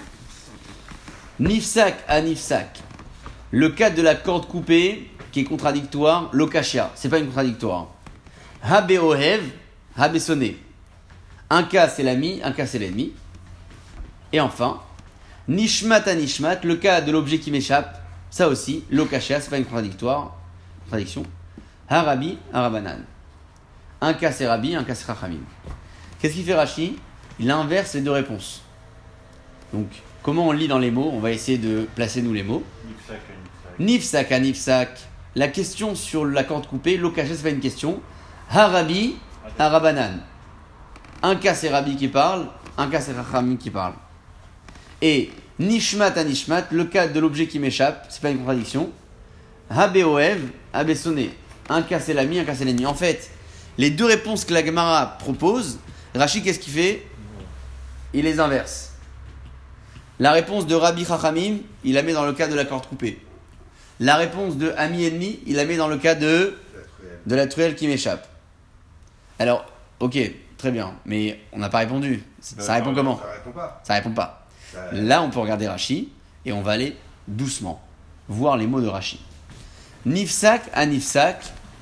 Nifsak à Nifsak. Le cas de la corde coupée qui est contradictoire, l'okashia, c'est pas une contradictoire. Habe ohev, habe sonné. Un cas c'est l'ami, un cas c'est l'ennemi. Et enfin, nishmat à nishmat, le cas de l'objet qui m'échappe, ça aussi, l'okashia, c'est pas une contradiction. Harabi, harabanan. Un cas c'est Rabbi, un cas c'est Chachamim. Qu'est-ce qu'il fait Rashi? Il inverse les deux réponses. Donc, comment on lit dans les mots? On va essayer de placer nous les mots. Nifsak à Nifsak. La question sur la corde coupée, l'okashia, c'est pas une question. Harabi, harabanan. Un cas c'est Rabbi qui parle, un cas c'est Chachamim qui parle. Et Nishmat à Nishmat, le cas de l'objet qui m'échappe, c'est pas une contradiction. Habe oev, habe sonné. Un cas c'est l'ami, un cas c'est l'ennemi. En fait, les deux réponses que la Gemara propose, Rashi, qu'est-ce qu'il fait? Il les inverse. La réponse de Rabbi Chachamim, il la met dans le cas de la corde coupée. La réponse de ami ennemi, il la met dans le cas de la truelle qui m'échappe. Alors, ok, très bien, mais on n'a pas répondu. Ça répond comment? Ça répond pas. Là, on peut regarder Rashi et on va aller doucement voir les mots de Rashi. Nifsak à Nifsak,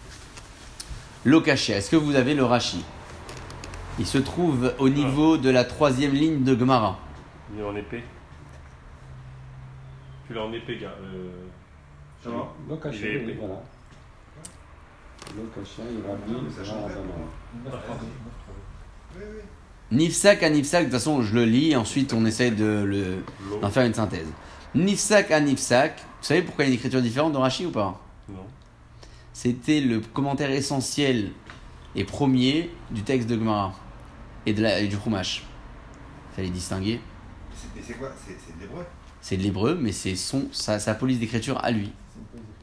l'okashia. Est-ce que vous avez le Rashi? Il se trouve au niveau de la troisième ligne de Gemara. Il est en épée. Tu l'as en épée, gars. L'okashia, oui, voilà. L'okashia, il va bien. Nifsak à Nifsak, de toute façon, je le lis et ensuite on essaie d'en faire une synthèse. Nifsak à Nifsak, vous savez pourquoi il y a une écriture différente dans Rashi ou pas? Non. C'était le commentaire essentiel et premier du texte de Gemara et du Chumash. Il fallait distinguer. Et c'est quoi? C'est de l'hébreu? C'est de l'hébreu, mais c'est sa police d'écriture à lui.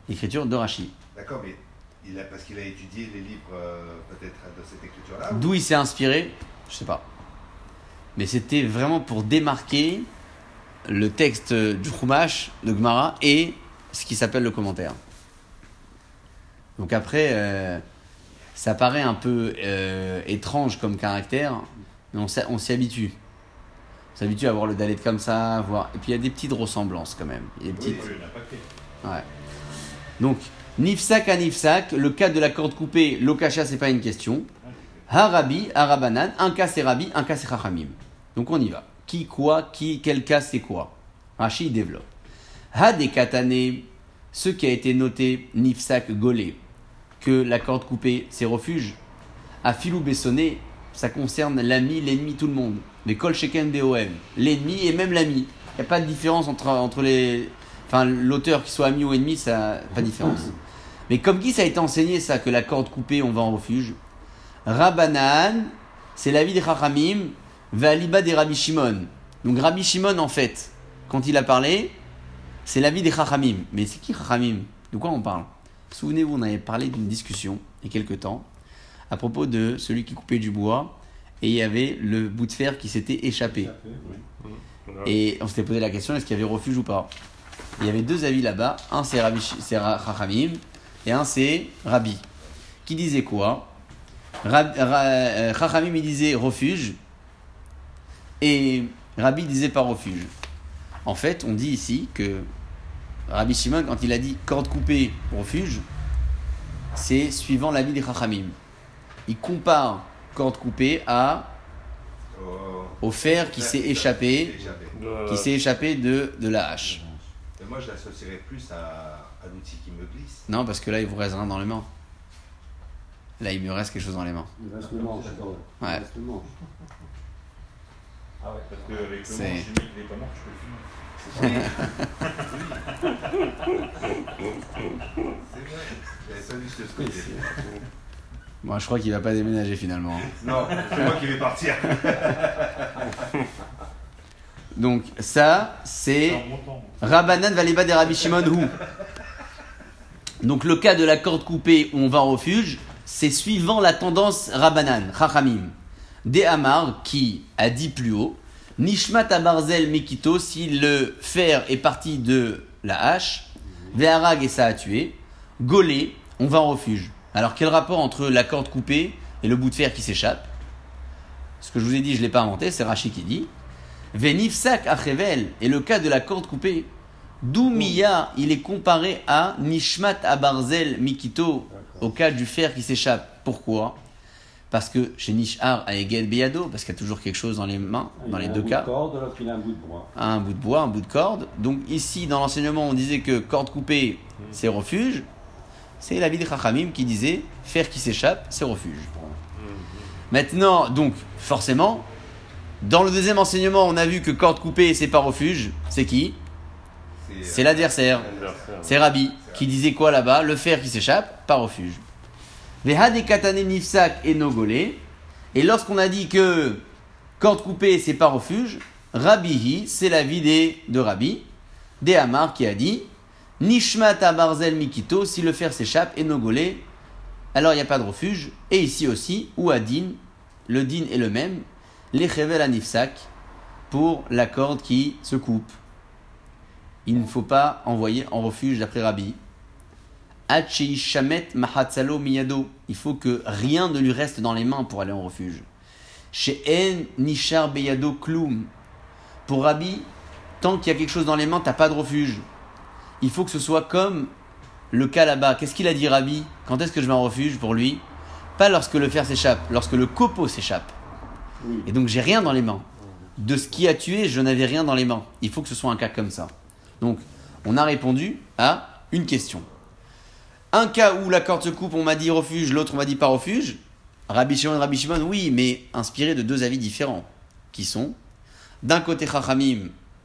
l'écriture de Rashi. D'accord, mais parce qu'il a étudié les livres peut-être de cette écriture-là. D'où il s'est inspiré, je sais pas. Mais c'était vraiment pour démarquer le texte du Chumash, de Gemara, et ce qui s'appelle le commentaire. Donc après, ça paraît un peu étrange comme caractère, mais on s'y habitue. On s'habitue à voir le dalet comme ça, et puis il y a des petites ressemblances quand même. Il y a des petites... Oui, il y en a pas fait. Ouais. Donc, nifsak à nifsak, le cas de la corde coupée, l'okasha, c'est pas une question. Harabi, harabanan, un cas c'est Rabbi, un cas c'est Chachamim. Donc on y va. Qui, quoi, quel cas c'est quoi. Rashi développe. Hadekatane, ce qui a été noté, nifsak golé, que la corde coupée c'est refuge. Afilou bessonné, ça concerne l'ami, l'ennemi, tout le monde. Les kol sheken DOM, l'ennemi et même l'ami. Il n'y a pas de différence entre les. Enfin, l'auteur qui soit ami ou ennemi, ça pas de différence. Mais comme qui ça a été enseigné, ça, que la corde coupée, on va en refuge. Rabbanan, c'est l'avis des Chachamim, Valiba des Rabbi Shimon. Donc Rabbi Shimon, en fait, quand il a parlé, c'est l'avis des Chachamim. Mais c'est qui Chachamim? De quoi on parle? Souvenez-vous, on avait parlé d'une discussion, il y a quelque temps, à propos de celui qui coupait du bois, et il y avait le bout de fer qui s'était échappé. Et on s'était posé la question, est-ce qu'il y avait refuge ou pas? Il y avait deux avis là-bas, un c'est Chachamim, et un c'est Rabbi. Qui disait quoi? Chachamim il disait refuge, et Rabbi disait pas refuge. En fait, on dit ici que Rabbi Shimon, quand il a dit corde coupée, refuge, c'est suivant l'avis des Chachamim. Il compare corde coupée au fer qui s'est échappé, de la hache. Mais moi, je l'associerais plus à l'outil qui me glisse. Non, parce que là, il vous reste rien dans les mains. Là, il me reste quelque chose dans les mains. Il reste le manche. Ouais. Il reste le manche. Ah ouais. Parce qu'avec le C'est- manche chimique, il n'est pas mort, je peux le fumer. C'est vrai. J'avais pas vu ce côté. Moi, je crois qu'il va pas déménager finalement. Non, c'est moi qui vais partir. Donc, ça, c'est C'est en montant. Rabbanan Valeba des Rabbi Shimon Hu. Donc, le cas de la corde coupée où on va en refuge, c'est suivant la tendance Rabbanan, Chachamim. Des Hamar qui a dit plus haut, Nishmat Abarzel Mekito, si le fer est parti de la hache, Veharag et ça a tué, Golé, on va en refuge. Alors, quel rapport entre la corde coupée et le bout de fer qui s'échappe? Ce que je vous ai dit, je ne l'ai pas inventé, c'est Rashi qui dit. Venifsak Achevel, et le cas de la corde coupée, d'où Miya, il est comparé à Nishmat Abarzel Mikito, au cas du fer qui s'échappe. Pourquoi? Parce que chez Nishar a Egel Beyado, parce qu'il y a toujours quelque chose dans les mains, dans les deux cas. Il a un bout de corde, l'autre il a un bout de bois. Un bout de bois, un bout de corde. Donc ici, dans l'enseignement, on disait que corde coupée, c'est refuge. C'est l'avis de Chachamim qui disait fer qui s'échappe, c'est refuge. Maintenant, donc, forcément, dans le deuxième enseignement, on a vu que corde coupée, c'est pas refuge. C'est qui? C'est l'adversaire. C'est Rabbi qui disait quoi là-bas? Le fer qui s'échappe, pas refuge. Vehade katane nifsak et nogolé. Et lorsqu'on a dit que corde coupée, c'est pas refuge, Rabbihi, c'est l'avis de Rabbi, des Hamar qui a dit Nishmat abarzel mikito, si le fer s'échappe et nogolé, alors il n'y a pas de refuge. Et ici aussi, ou adin, le din est le même, les chevel à nifsak, pour la corde qui se coupe. Il ne faut pas envoyer en refuge d'après Rabbi. Achei shamet mahatzalo miyado. Il faut que rien ne lui reste dans les mains pour aller en refuge. Chez En nishar beyado kloum. Pour Rabbi, tant qu'il y a quelque chose dans les mains, t'as pas de refuge. Il faut que ce soit comme le cas là-bas. Qu'est-ce qu'il a dit Rabbi? Quand est-ce que je vais en refuge pour lui? Pas lorsque le fer s'échappe, lorsque le copeau s'échappe. Oui. Et donc j'ai rien dans les mains. De ce qui a tué, je n'avais rien dans les mains. Il faut que ce soit un cas comme ça. Donc on a répondu à une question. Un cas où la corde se coupe, on m'a dit refuge, l'autre on m'a dit pas refuge. Rabbi Shimon, oui, mais inspiré de deux avis différents. Qui sont, d'un côté Chachamim,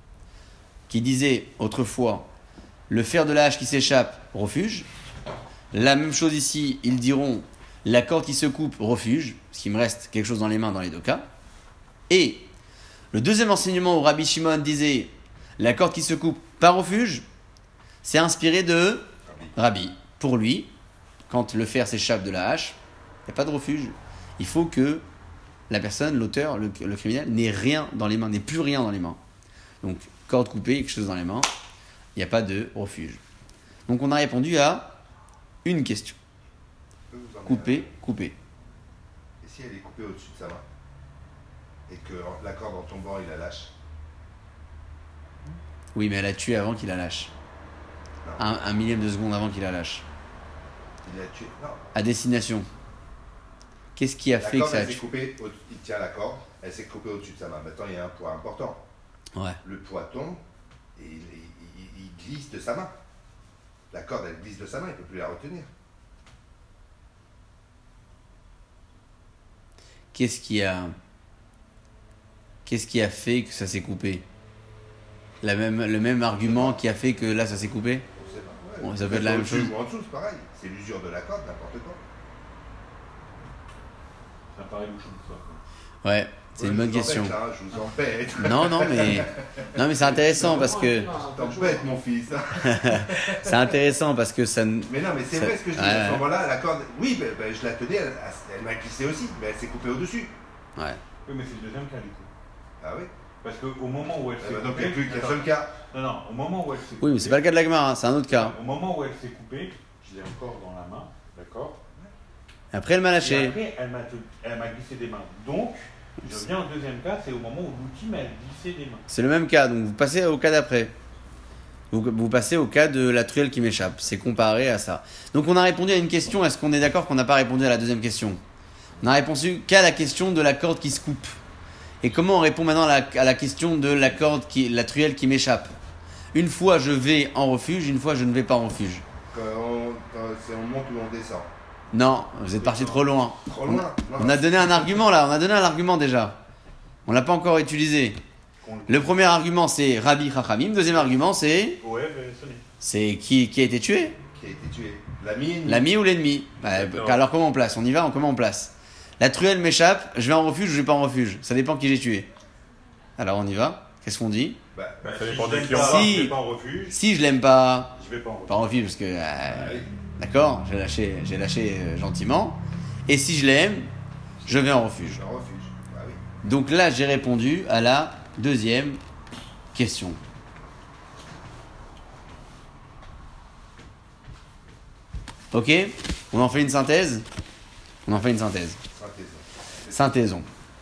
qui disait autrefois, le fer de la hache qui s'échappe, refuge. La même chose ici, ils diront, la corde qui se coupe, refuge, parce qu'il me reste quelque chose dans les mains dans les deux cas. Et le deuxième enseignement où Rabbi Shimon disait, la corde qui se coupe, pas refuge, c'est inspiré de Rabbi. Pour lui, quand le fer s'échappe de la hache, il n'y a pas de refuge. Il faut que la personne, l'auteur, le criminel, n'ait rien dans les mains, n'ait plus rien dans les mains. Donc, corde coupée, quelque chose dans les mains, il n'y a pas de refuge. Donc, on a répondu à une question. Je peux vous emmener Couper. Et si elle est coupée au-dessus de sa main et que la corde en tombant, il la lâche? Oui, mais elle a tué avant qu'il la lâche. Non. Un millième de seconde avant qu'il la lâche. Il l'a tué. Non. À destination. Qu'est-ce qui a La fait que corde, ça a elle s'est tué? coupée, il tient la corde, elle s'est coupée au-dessus de sa main. Maintenant, il y a un poids important. Ouais. Le poids tombe et il glisse de sa main. La corde, elle glisse de sa main, il ne peut plus la retenir. Qu'est-ce qui a fait que ça s'est coupé? Le même argument qui a fait que là ça s'est coupé? On sait pas. Bon, ça peut être la même Au-dessus chose. ou en dessous, c'est pareil. C'est l'usure de la corde, n'importe quoi. Ça paraît bouchon de ça. Ouais, c'est une bonne Je vous question. embête, hein, je vous embête. Non, mais c'est intéressant parce que T'embêtes, mon fils. c'est intéressant parce que ça. Mais non, mais c'est Ça- vrai ce que je dis. ouais. À ce moment-là, la corde, oui, je la tenais, elle m'a glissé aussi, mais elle s'est coupée au-dessus. Ouais. Oui, mais c'est le deuxième cas du coup. Ah oui. Parce qu'au moment où elle s'est Donc il n'y coupée. a plus qu'un Attends. seul cas. Non, au moment où elle s'est Oui, mais c'est pas le cas de l'Agmara, hein, c'est un autre cas. Au moment où elle s'est coupée, je l'ai encore dans la main, d'accord? Après, elle m'a Et lâché. après, elle m'a glissé des mains. Donc, je viens au deuxième cas, c'est au moment où l'outil m'a glissé des mains. C'est le même cas, donc vous passez au cas d'après. Vous passez au cas de la truelle qui m'échappe. C'est comparé à ça. Donc on a répondu à une question. Est-ce qu'on est d'accord qu'on n'a pas répondu à la deuxième question? On a répondu qu'à la question de la corde qui se coupe. Et comment on répond maintenant à la question de la truelle qui m'échappe? Une fois je vais en refuge, une fois je ne vais pas en refuge. Quand on monte ou on descend. Non, vous êtes parti trop loin. Trop loin. Non, On a donné un argument là, on a donné un argument déjà. On l'a pas encore utilisé. Le premier argument c'est Rabbi Chachamim. Deuxième argument c'est qui a été tué? Qui a été tué. L'ami ennemi. L'ami ou l'ennemi? D'accord. Alors comment on place? On y va, comment on place? La truelle m'échappe, je vais en refuge ou je vais pas en refuge? Ça dépend qui j'ai tué. Alors on y va. Qu'est-ce qu'on dit? Bah, Ça dépend si de je qui l'aime on pas, va. Si. je vais pas en refuge, Si je l'aime pas, je vais pas en refuge. pas en refuge parce que oui. d'accord, j'ai lâché gentiment. Et si je l'aime, je vais en refuge. En refuge. Bah oui. Donc là, j'ai répondu à la deuxième question. Ok? On en fait une synthèse? On en fait une synthèse. Synthésons.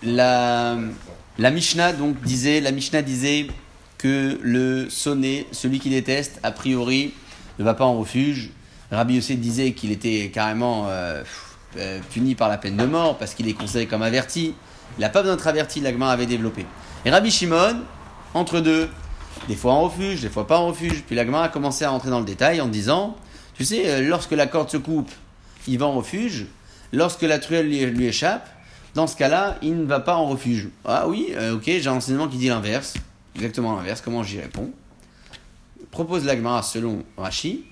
La Mishnah disait que le sonné, celui qui déteste, a priori, ne va pas en refuge. Rabbi Yossé disait qu'il était carrément puni par la peine de mort parce qu'il est considéré comme averti. Il n'a pas besoin d'être averti, l'Agma avait développé. Et Rabbi Shimon, entre deux, des fois en refuge, des fois pas en refuge. Puis l'Agma a commencé à rentrer dans le détail en disant, tu sais, lorsque la corde se coupe, il va en refuge. Lorsque la truelle lui échappe, dans ce cas-là, il ne va pas en refuge. Ah oui, ok, j'ai un enseignement qui dit l'inverse. Exactement l'inverse. Comment j'y réponds? Propose l'Agma selon Rashi.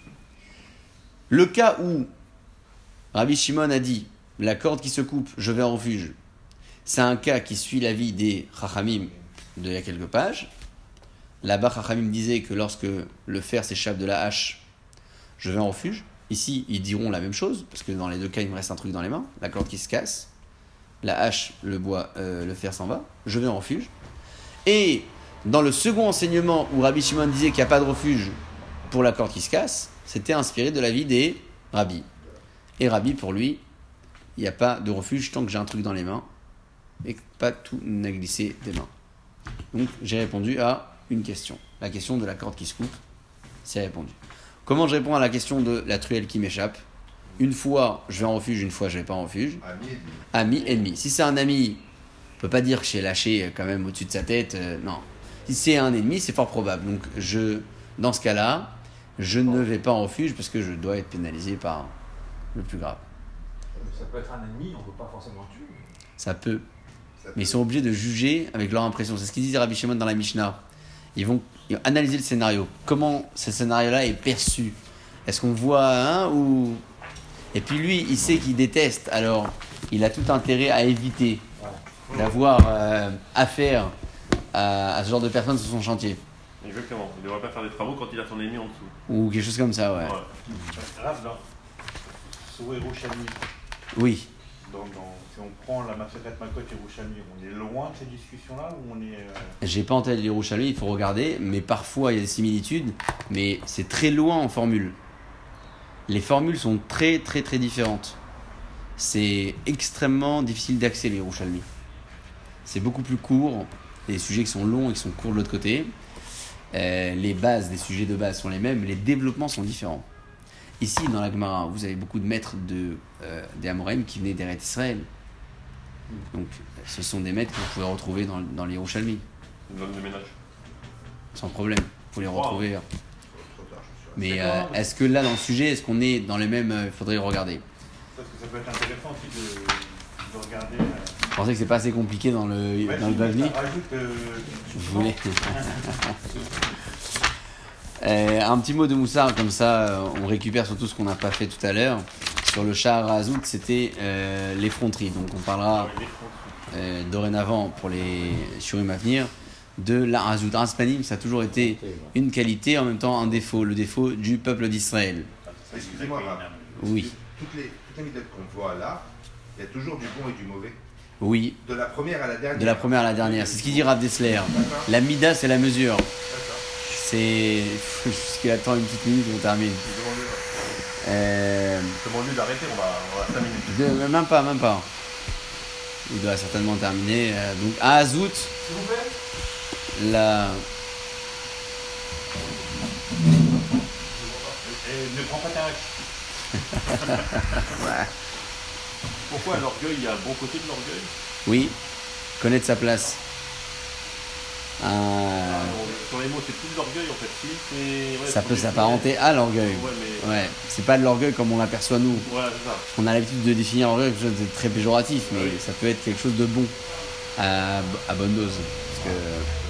Le cas où Rabbi Shimon a dit la corde qui se coupe, je vais en refuge, c'est un cas qui suit l'avis des Chachamim d'il y a quelques pages. Là-bas, Chachamim disait que lorsque le fer s'échappe de la hache, je vais en refuge. Ici, ils diront la même chose, parce que dans les deux cas, il me reste un truc dans les mains, la corde qui se casse, la hache, le bois, le fer s'en va, je vais en refuge. Et dans le second enseignement où Rabbi Shimon disait qu'il n'y a pas de refuge pour la corde qui se casse, c'était inspiré de l'avis des rabbis. Et Rabbi, pour lui, il n'y a pas de refuge tant que j'ai un truc dans les mains et que pas tout n'a glissé des mains. Donc j'ai répondu à une question. La question de la corde qui se coupe, c'est répondu. Comment je réponds à la question de la truelle qui m'échappe? Une fois je vais en refuge, une fois je vais pas en refuge. Ami ennemi. Ami, ennemi. Si c'est un ami, on peut pas dire que j'ai lâché quand même au-dessus de sa tête. Non. Si c'est un ennemi, c'est fort probable. Donc dans ce cas-là, je ne vais pas en refuge parce que je dois être pénalisé par le plus grave. Ça peut être un ennemi, on ne peut pas forcément le tuer. Ça peut. Ça Mais ils peut- sont obligés de juger avec leur impression. C'est ce qu'ils disent Rabbi Shimon dans la Mishnah. Ils vont analyser le scénario. Comment ce scénario-là est perçu? Est-ce qu'on voit un ou... Et puis lui, il sait qu'il déteste. Alors, il a tout intérêt à éviter d'avoir affaire à ce genre de personnes sur son chantier. Exactement. Il ne devrait pas faire des travaux quand il a son ennemi en dessous. Ou quelque chose comme ça, ouais. Rav, là, sur Yerushalmi, Oui. si on prend la Maseret Makot Yerushalmi, on est loin de ces discussions-là ou on est. J'ai pas en tête les Yerushalmi, il faut regarder, mais parfois il y a des similitudes, mais c'est très loin en formule. Les formules sont très très très différentes. C'est extrêmement difficile d'accès les Yerushalmi. C'est beaucoup plus court, les sujets qui sont longs et qui sont courts de l'autre côté. Les bases, les sujets de base sont les mêmes, mais les développements sont différents. Ici, dans la Gemara, vous avez beaucoup de maîtres des Amoraïm qui venaient d'Eretz Israël. Donc, ce sont des maîtres que vous pouvez retrouver dans les Yerushalmi. Une zone de ménage. Sans problème, vous pouvez les retrouver. Trop tard, je suis sûr. Mais est-ce que là, dans le sujet, est-ce qu'on est dans les mêmes... Il faudrait regarder. Parce que ça peut être intéressant aussi de regarder. Je pensais que c'est pas assez compliqué dans le Bavli. Je voulais... un petit mot de Moussard, comme ça on récupère sur tout ce qu'on n'a pas fait tout à l'heure. Sur le Shahar Hazout, c'était l'effronterie. Donc on parlera dorénavant pour les shurim à venir de la Hazout. Aspanim, ça a toujours été une qualité, en même temps un défaut, le défaut du peuple d'Israël. Excusez-moi, Rav. Oui. Toutes les méthodes qu'on voit là, il y a toujours du bon et du mauvais. Oui, De la première à la dernière. de la première à la dernière. C'est ce qu'il dit Rav Dessler. D'accord. La mida, c'est la mesure. D'accord. C'est... Jusqu'il attend une petite minute, on termine. Demande-lui d'arrêter, on va 5 minutes. Même pas. Il doit certainement terminer. Donc, à Hazout, S'il vous plaît. la... Ne prends pas ta Pourquoi l'orgueil, il y a un bon côté de l'orgueil? Oui, connaître sa place. Sur les mots, c'est plus de l'orgueil en fait. Si, c'est, Ça peut s'apparenter à l'orgueil. Ouais, mais. Ouais, c'est pas de l'orgueil comme on l'aperçoit nous. Ouais, c'est ça. On a l'habitude de définir l'orgueil comme quelque chose de très péjoratif, mais Oui. ça peut être quelque chose de bon à bonne dose. Parce que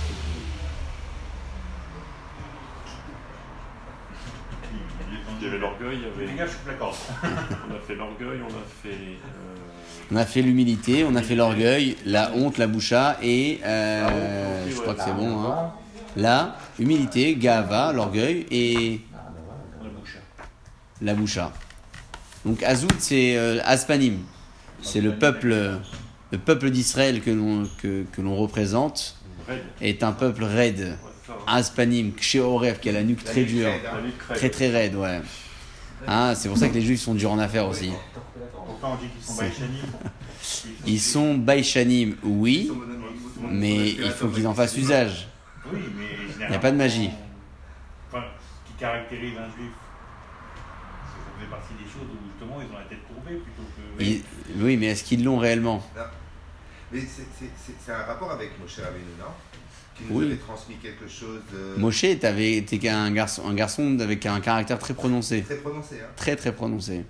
Il y avait l'orgueil, il y avait. Les gars, je suis d'accord. On a fait l'orgueil, on a fait. on a fait l'humilité, on a fait l'orgueil, la honte, la boucha et je crois que c'est bon. Hein. La humilité, gava, l'orgueil et La bouche. la boucha. Donc Hazout, c'est Aspanim. C'est le peuple d'Israël que l'on représente Raide. est un peuple raide. Ouais, c'est ça. Aspanim, Kshéoref, qui a la nuque très dure. La nuque raide. Très très raide, ouais. Hein, c'est pour ça que les juifs sont durs en affaires aussi. Pourtant, on dit qu'ils sont baïchanim. Ils sont baïchanim, oui, mais il faut qu'ils en fassent usage. Oui, mais Il n'y a pas de magie. Enfin, ce qui caractérise un juif, c'est que ça faisait partie des choses où justement ils ont la tête courbée plutôt que. Oui, mais est-ce qu'ils l'ont réellement? Mais c'est un rapport avec Moshe Rabbeinu, non? Qui nous Oui. avait transmis quelque chose de Moshe était un garçon avec un caractère très prononcé. très prononcé. Hein? Très très prononcé.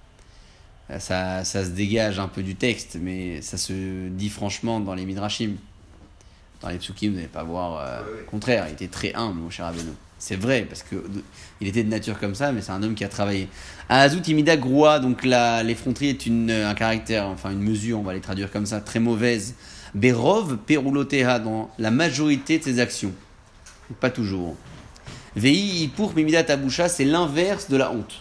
Ça se dégage un peu du texte, mais ça se dit franchement dans les Midrashim. Dans les Psukim, vous n'allez pas voir Ouais. le contraire. Il était très humble, Moshe Rabbeinu. C'est vrai, parce qu'il était de nature comme ça, mais c'est un homme qui a travaillé. Azout Imida Groua, donc l'effronterie est un caractère, enfin une mesure, on va les traduire comme ça, très mauvaise. Berov Peruloteha, dans la majorité de ses actions. Pas toujours. Vei pour Mimida Tabusha, c'est l'inverse de la honte.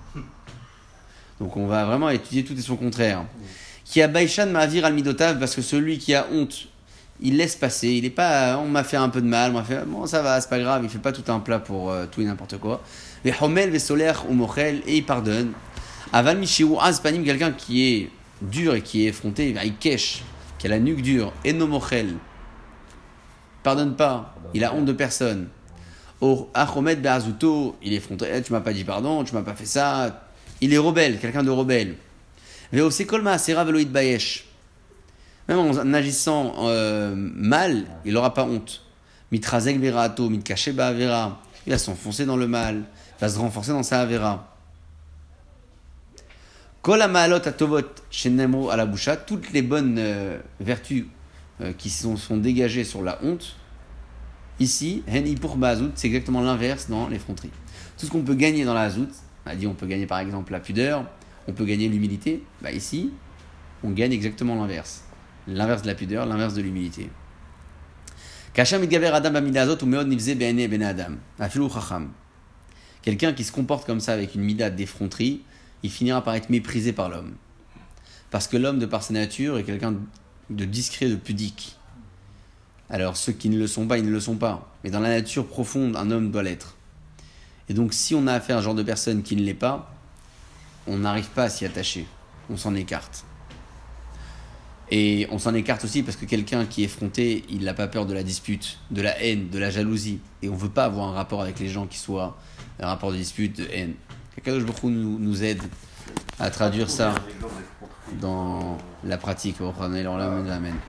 Donc on va vraiment étudier tout et son contraire. Qui a Baishan Ma'avir al-Midotav, parce que celui qui a honte, il laisse passer. Il est pas, on m'a fait un peu de mal, on m'a fait, bon ça va, c'est pas grave, il fait pas tout un plat pour tout et n'importe quoi. Vehomel Vesoler ou Mochel, et il pardonne. Aval Mishiou Azpanim, quelqu'un qui est dur et qui est effronté, il kesh, qui a la nuque dure, et no Mochel. Pardonne pas, il a honte de personne. Or, Achomed Be'azuto, il est effronté, tu m'as pas dit pardon, tu m'as pas fait ça. Il est rebelle, quelqu'un de rebelle. Ve'osekol Ma'asera Veloïd Bayesh. Même en agissant mal, il n'aura pas honte. Mitrazek Verato, Mitkaché Ba'avera. Il va s'enfoncer dans le mal, il va se renforcer dans sa Avera. Kol Ma'alot Atovot Shenemo à la boucha, toutes les bonnes vertus qui sont dégagées sur la honte, ici, Heni pour Ba'azout, c'est exactement l'inverse dans l'effronterie. Tout ce qu'on peut gagner dans la Hazout, on a dit on peut gagner par exemple la pudeur, on peut gagner l'humilité, bah ici, on gagne exactement l'inverse. L'inverse de la pudeur, l'inverse de l'humilité. Kacham mitgaber adam b'amida azot umeod nivze be'enei bnei adam. Afilu chacham. Quelqu'un qui se comporte comme ça avec une mida d'effronterie, il finira par être méprisé par l'homme. Parce que l'homme, de par sa nature, est quelqu'un de discret, de pudique. Alors ceux qui ne le sont pas, ils ne le sont pas. Mais dans la nature profonde, un homme doit l'être. Et donc si on a affaire à un genre de personne qui ne l'est pas, on n'arrive pas à s'y attacher. On s'en écarte. Et on s'en écarte aussi parce que quelqu'un qui est effronté, il n'a pas peur de la dispute, de la haine, de la jalousie. Et on ne veut pas avoir un rapport avec les gens qui soit un rapport de dispute, de haine. Qu'Akadosh Baruch Hu nous aide à traduire ça dans la pratique. Amen.